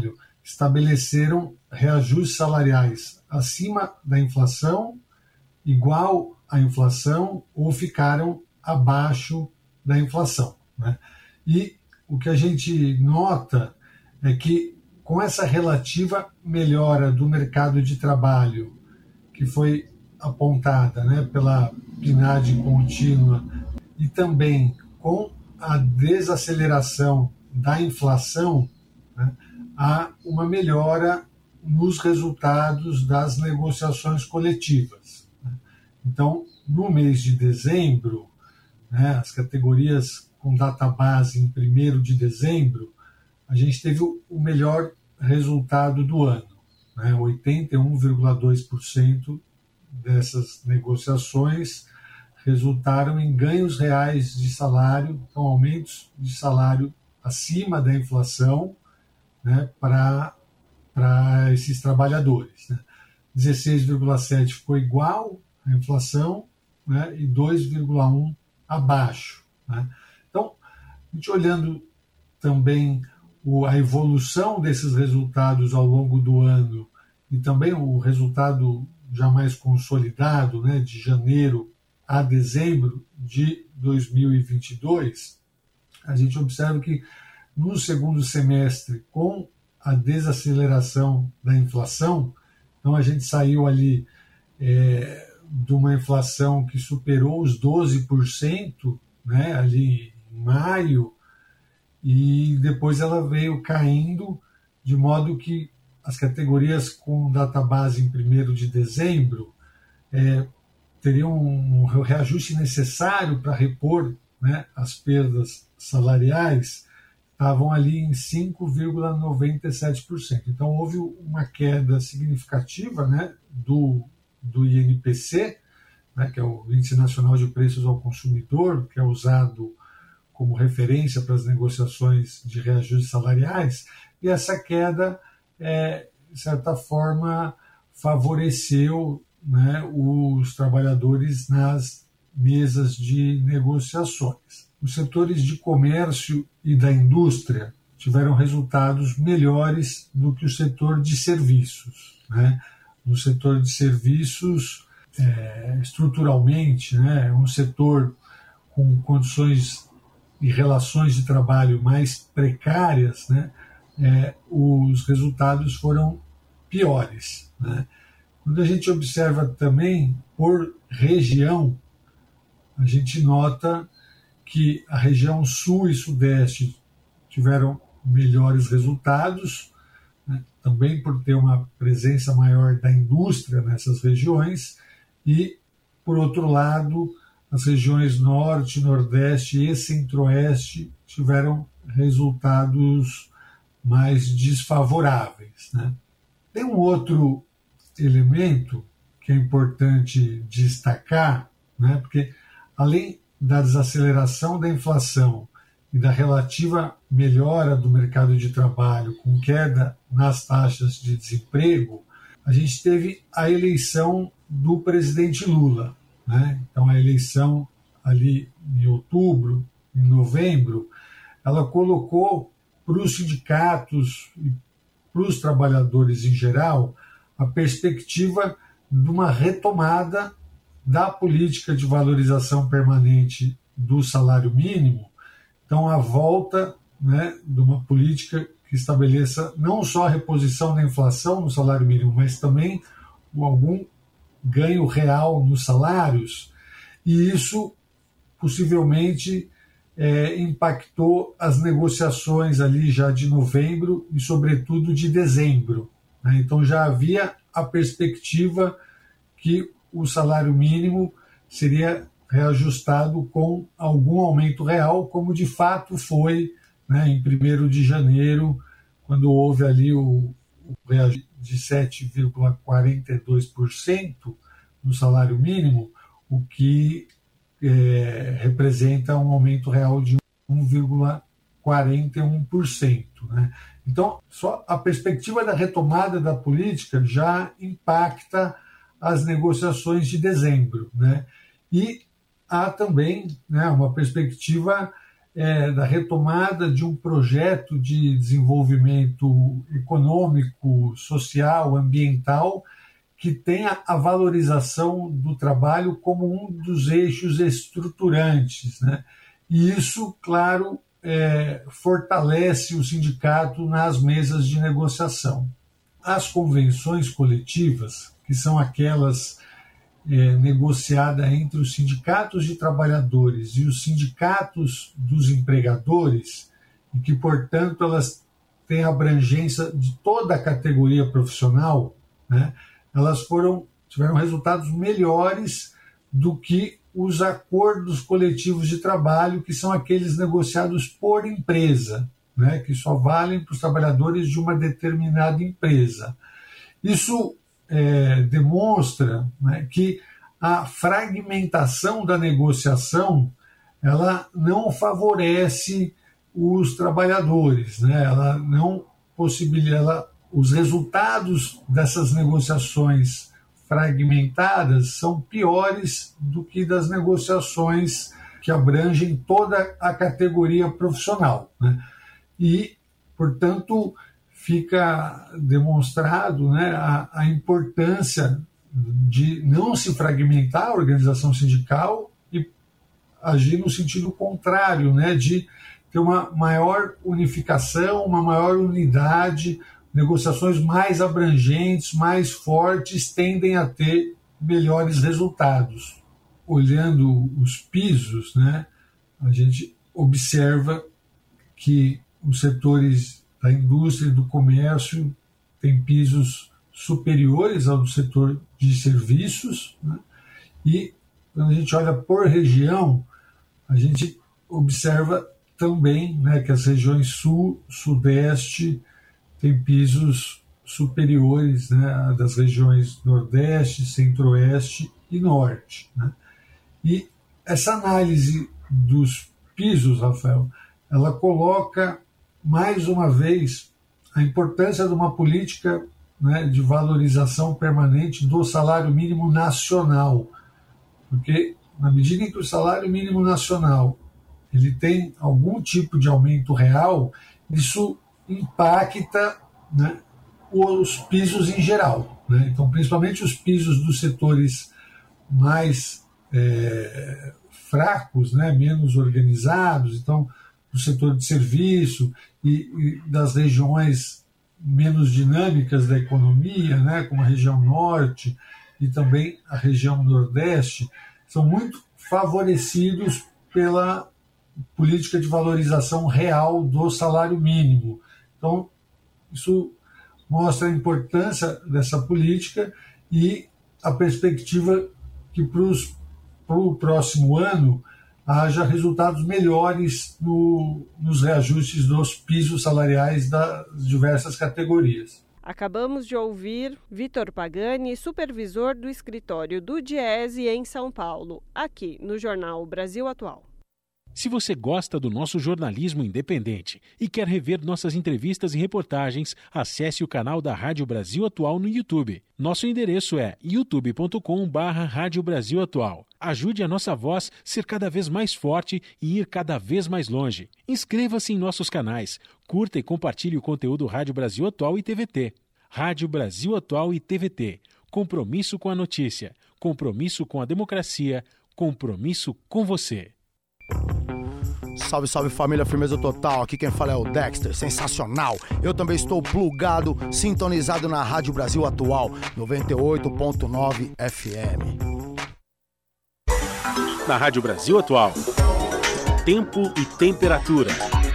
estabeleceram reajustes salariais acima da inflação, igual à inflação ou ficaram abaixo da inflação, né? E o que a gente nota é que com essa relativa melhora do mercado de trabalho que foi apontada, né, pela P N A D contínua e também com a desaceleração da inflação, né, há uma melhora nos resultados das negociações coletivas. Então, no mês de dezembro, né, as categorias com data base em primeiro de dezembro, a gente teve o melhor resultado do ano, né, oitenta e um vírgula dois por cento dessas negociações resultaram em ganhos reais de salário, então aumentos de salário acima da inflação, né, para para esses trabalhadores, né. dezesseis vírgula sete ficou igual à inflação, né, e dois vírgula um abaixo, né. Então, a gente olhando também o, a evolução desses resultados ao longo do ano e também o resultado já mais consolidado, né, de janeiro a dezembro de dois mil e vinte e dois, a gente observa que no segundo semestre, com a desaceleração da inflação, então a gente saiu ali é, de uma inflação que superou os doze por cento, né, ali em maio, e depois ela veio caindo, de modo que as categorias com data base em primeiro de dezembro é, teriam um reajuste necessário para repor, né, as perdas salariais, estavam ali em cinco vírgula noventa e sete por cento. Então, houve uma queda significativa, né, do, do I N P C, né, que é o Índice Nacional de Preços ao Consumidor, que é usado como referência para as negociações de reajustes salariais, e essa queda, é, de certa forma, favoreceu, né, os trabalhadores nas mesas de negociações. Os setores de comércio e da indústria tiveram resultados melhores do que o setor de serviços, né? No setor de serviços, é, estruturalmente, né, é um setor com condições e relações de trabalho mais precárias, né? É, os resultados foram piores, né? Quando a gente observa também por região, a gente nota que a região sul e sudeste tiveram melhores resultados, né, também por ter uma presença maior da indústria nessas regiões, e, por outro lado, as regiões norte, nordeste e centro-oeste tiveram resultados mais desfavoráveis, né. Tem um outro elemento que é importante destacar, né, porque além da desaceleração da inflação e da relativa melhora do mercado de trabalho com queda nas taxas de desemprego, a gente teve a eleição do presidente Lula, né? Então, a eleição ali em outubro, em novembro, ela colocou para os sindicatos e para os trabalhadores em geral a perspectiva de uma retomada da política de valorização permanente do salário mínimo, então a volta, né, de uma política que estabeleça não só a reposição da inflação no salário mínimo, mas também algum ganho real nos salários, e isso possivelmente é, impactou as negociações ali já de novembro e sobretudo de dezembro, né? Então já havia a perspectiva que o salário mínimo seria reajustado com algum aumento real, como de fato foi, né, em primeiro de janeiro, quando houve ali o, o reajuste de sete vírgula quarenta e dois por cento no salário mínimo, o que é, representa um aumento real de um vírgula quarenta e um por cento. Né? Então, só a perspectiva da retomada da política já impacta as negociações de dezembro, né? E há também, né, uma perspectiva é, da retomada de um projeto de desenvolvimento econômico, social, ambiental, que tenha a valorização do trabalho como um dos eixos estruturantes, né? E isso, claro, é, fortalece o sindicato nas mesas de negociação. As convenções coletivas, que são aquelas é, negociadas entre os sindicatos de trabalhadores e os sindicatos dos empregadores, e que, portanto, elas têm abrangência de toda a categoria profissional, né? Elas foram, tiveram resultados melhores do que os acordos coletivos de trabalho, que são aqueles negociados por empresa, né, que só valem para os trabalhadores de uma determinada empresa. Isso é, demonstra, né, que a fragmentação da negociação ela não favorece os trabalhadores, né, ela não possibilita, ela, os resultados dessas negociações fragmentadas são piores do que das negociações que abrangem toda a categoria profissional, né? E, portanto, fica demonstrado, né, a, a importância de não se fragmentar a organização sindical e agir no sentido contrário, né, de ter uma maior unificação, uma maior unidade. Negociações mais abrangentes, mais fortes, tendem a ter melhores resultados. Olhando os pisos, né, a gente observa que os setores da indústria e do comércio têm pisos superiores ao do setor de serviços, né, e quando a gente olha por região, a gente observa também, né, que as regiões sul, sudeste, tem pisos superiores, né, das regiões Nordeste, Centro-Oeste e Norte, né? E essa análise dos pisos, Rafael, ela coloca mais uma vez a importância de uma política, né, de valorização permanente do salário mínimo nacional, porque na medida em que o salário mínimo nacional ele tem algum tipo de aumento real, isso impacta, né, os pisos em geral, né? Então, principalmente os pisos dos setores mais é, fracos, né, menos organizados, então, do setor de serviço e, e das regiões menos dinâmicas da economia, né, como a região norte e também a região nordeste, são muito favorecidos pela política de valorização real do salário mínimo. Então, isso mostra a importância dessa política e a perspectiva que para o próximo ano haja resultados melhores no, nos reajustes dos pisos salariais das diversas categorias. Acabamos de ouvir Vitor Pagani, supervisor do escritório do Diese em São Paulo, aqui no Jornal Brasil Atual. Se você gosta do nosso jornalismo independente e quer rever nossas entrevistas e reportagens, acesse o canal da Rádio Brasil Atual no YouTube. Nosso endereço é youtube ponto com barra Rádio Brasil Atual. Ajude a nossa voz ser cada vez mais forte e ir cada vez mais longe. Inscreva-se em nossos canais, curta e compartilhe o conteúdo Rádio Brasil Atual e T V T. Rádio Brasil Atual e T V T. Compromisso com a notícia, compromisso com a democracia, compromisso com você. Salve, salve família, firmeza total, aqui quem fala é o Dexter, sensacional. Eu também estou plugado, sintonizado na Rádio Brasil Atual, noventa e oito ponto nove F M. Na Rádio Brasil Atual, tempo e temperatura.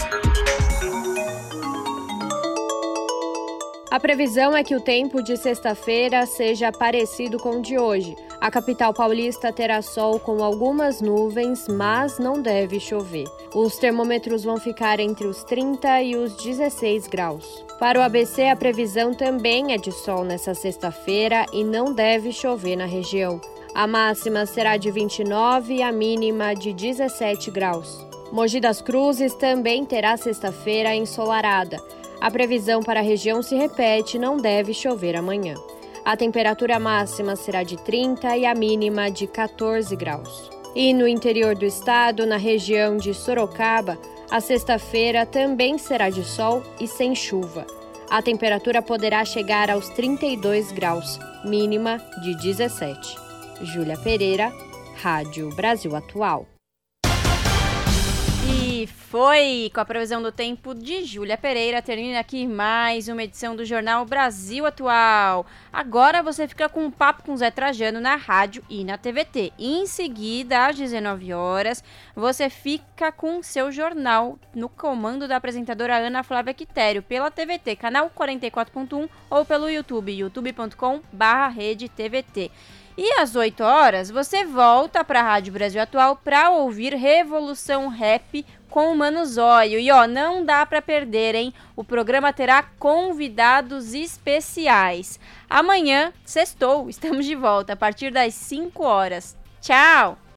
A previsão é que o tempo de sexta-feira seja parecido com o de hoje. A capital paulista terá sol com algumas nuvens, mas não deve chover. Os termômetros vão ficar entre os trinta e os dezesseis graus. Para o A B C, a previsão também é de sol nesta sexta-feira e não deve chover na região. A máxima será de vinte e nove e a mínima de dezessete graus. Mogi das Cruzes também terá sexta-feira ensolarada. A previsão para a região se repete, não deve chover amanhã. A temperatura máxima será de trinta e a mínima de quatorze graus. E no interior do estado, na região de Sorocaba, a sexta-feira também será de sol e sem chuva. A temperatura poderá chegar aos trinta e dois graus, mínima de dezessete. Júlia Pereira, Rádio Brasil Atual. E foi com a previsão do tempo de Júlia Pereira, termina aqui mais uma edição do Jornal Brasil Atual. Agora você fica com um papo com Zé Trajano na rádio e na T V T. E em seguida, às dezenove horas, você fica com seu jornal no comando da apresentadora Ana Flávia Quitério, pela T V T, canal quarenta e quatro ponto um, ou pelo YouTube, youtube ponto com barra rede T V T. E às oito horas, você volta para a Rádio Brasil Atual para ouvir Revolução Rap com o Mano Zóio. E ó, não dá para perder, hein? O programa terá convidados especiais. Amanhã, sextou, estamos de volta a partir das cinco horas. Tchau!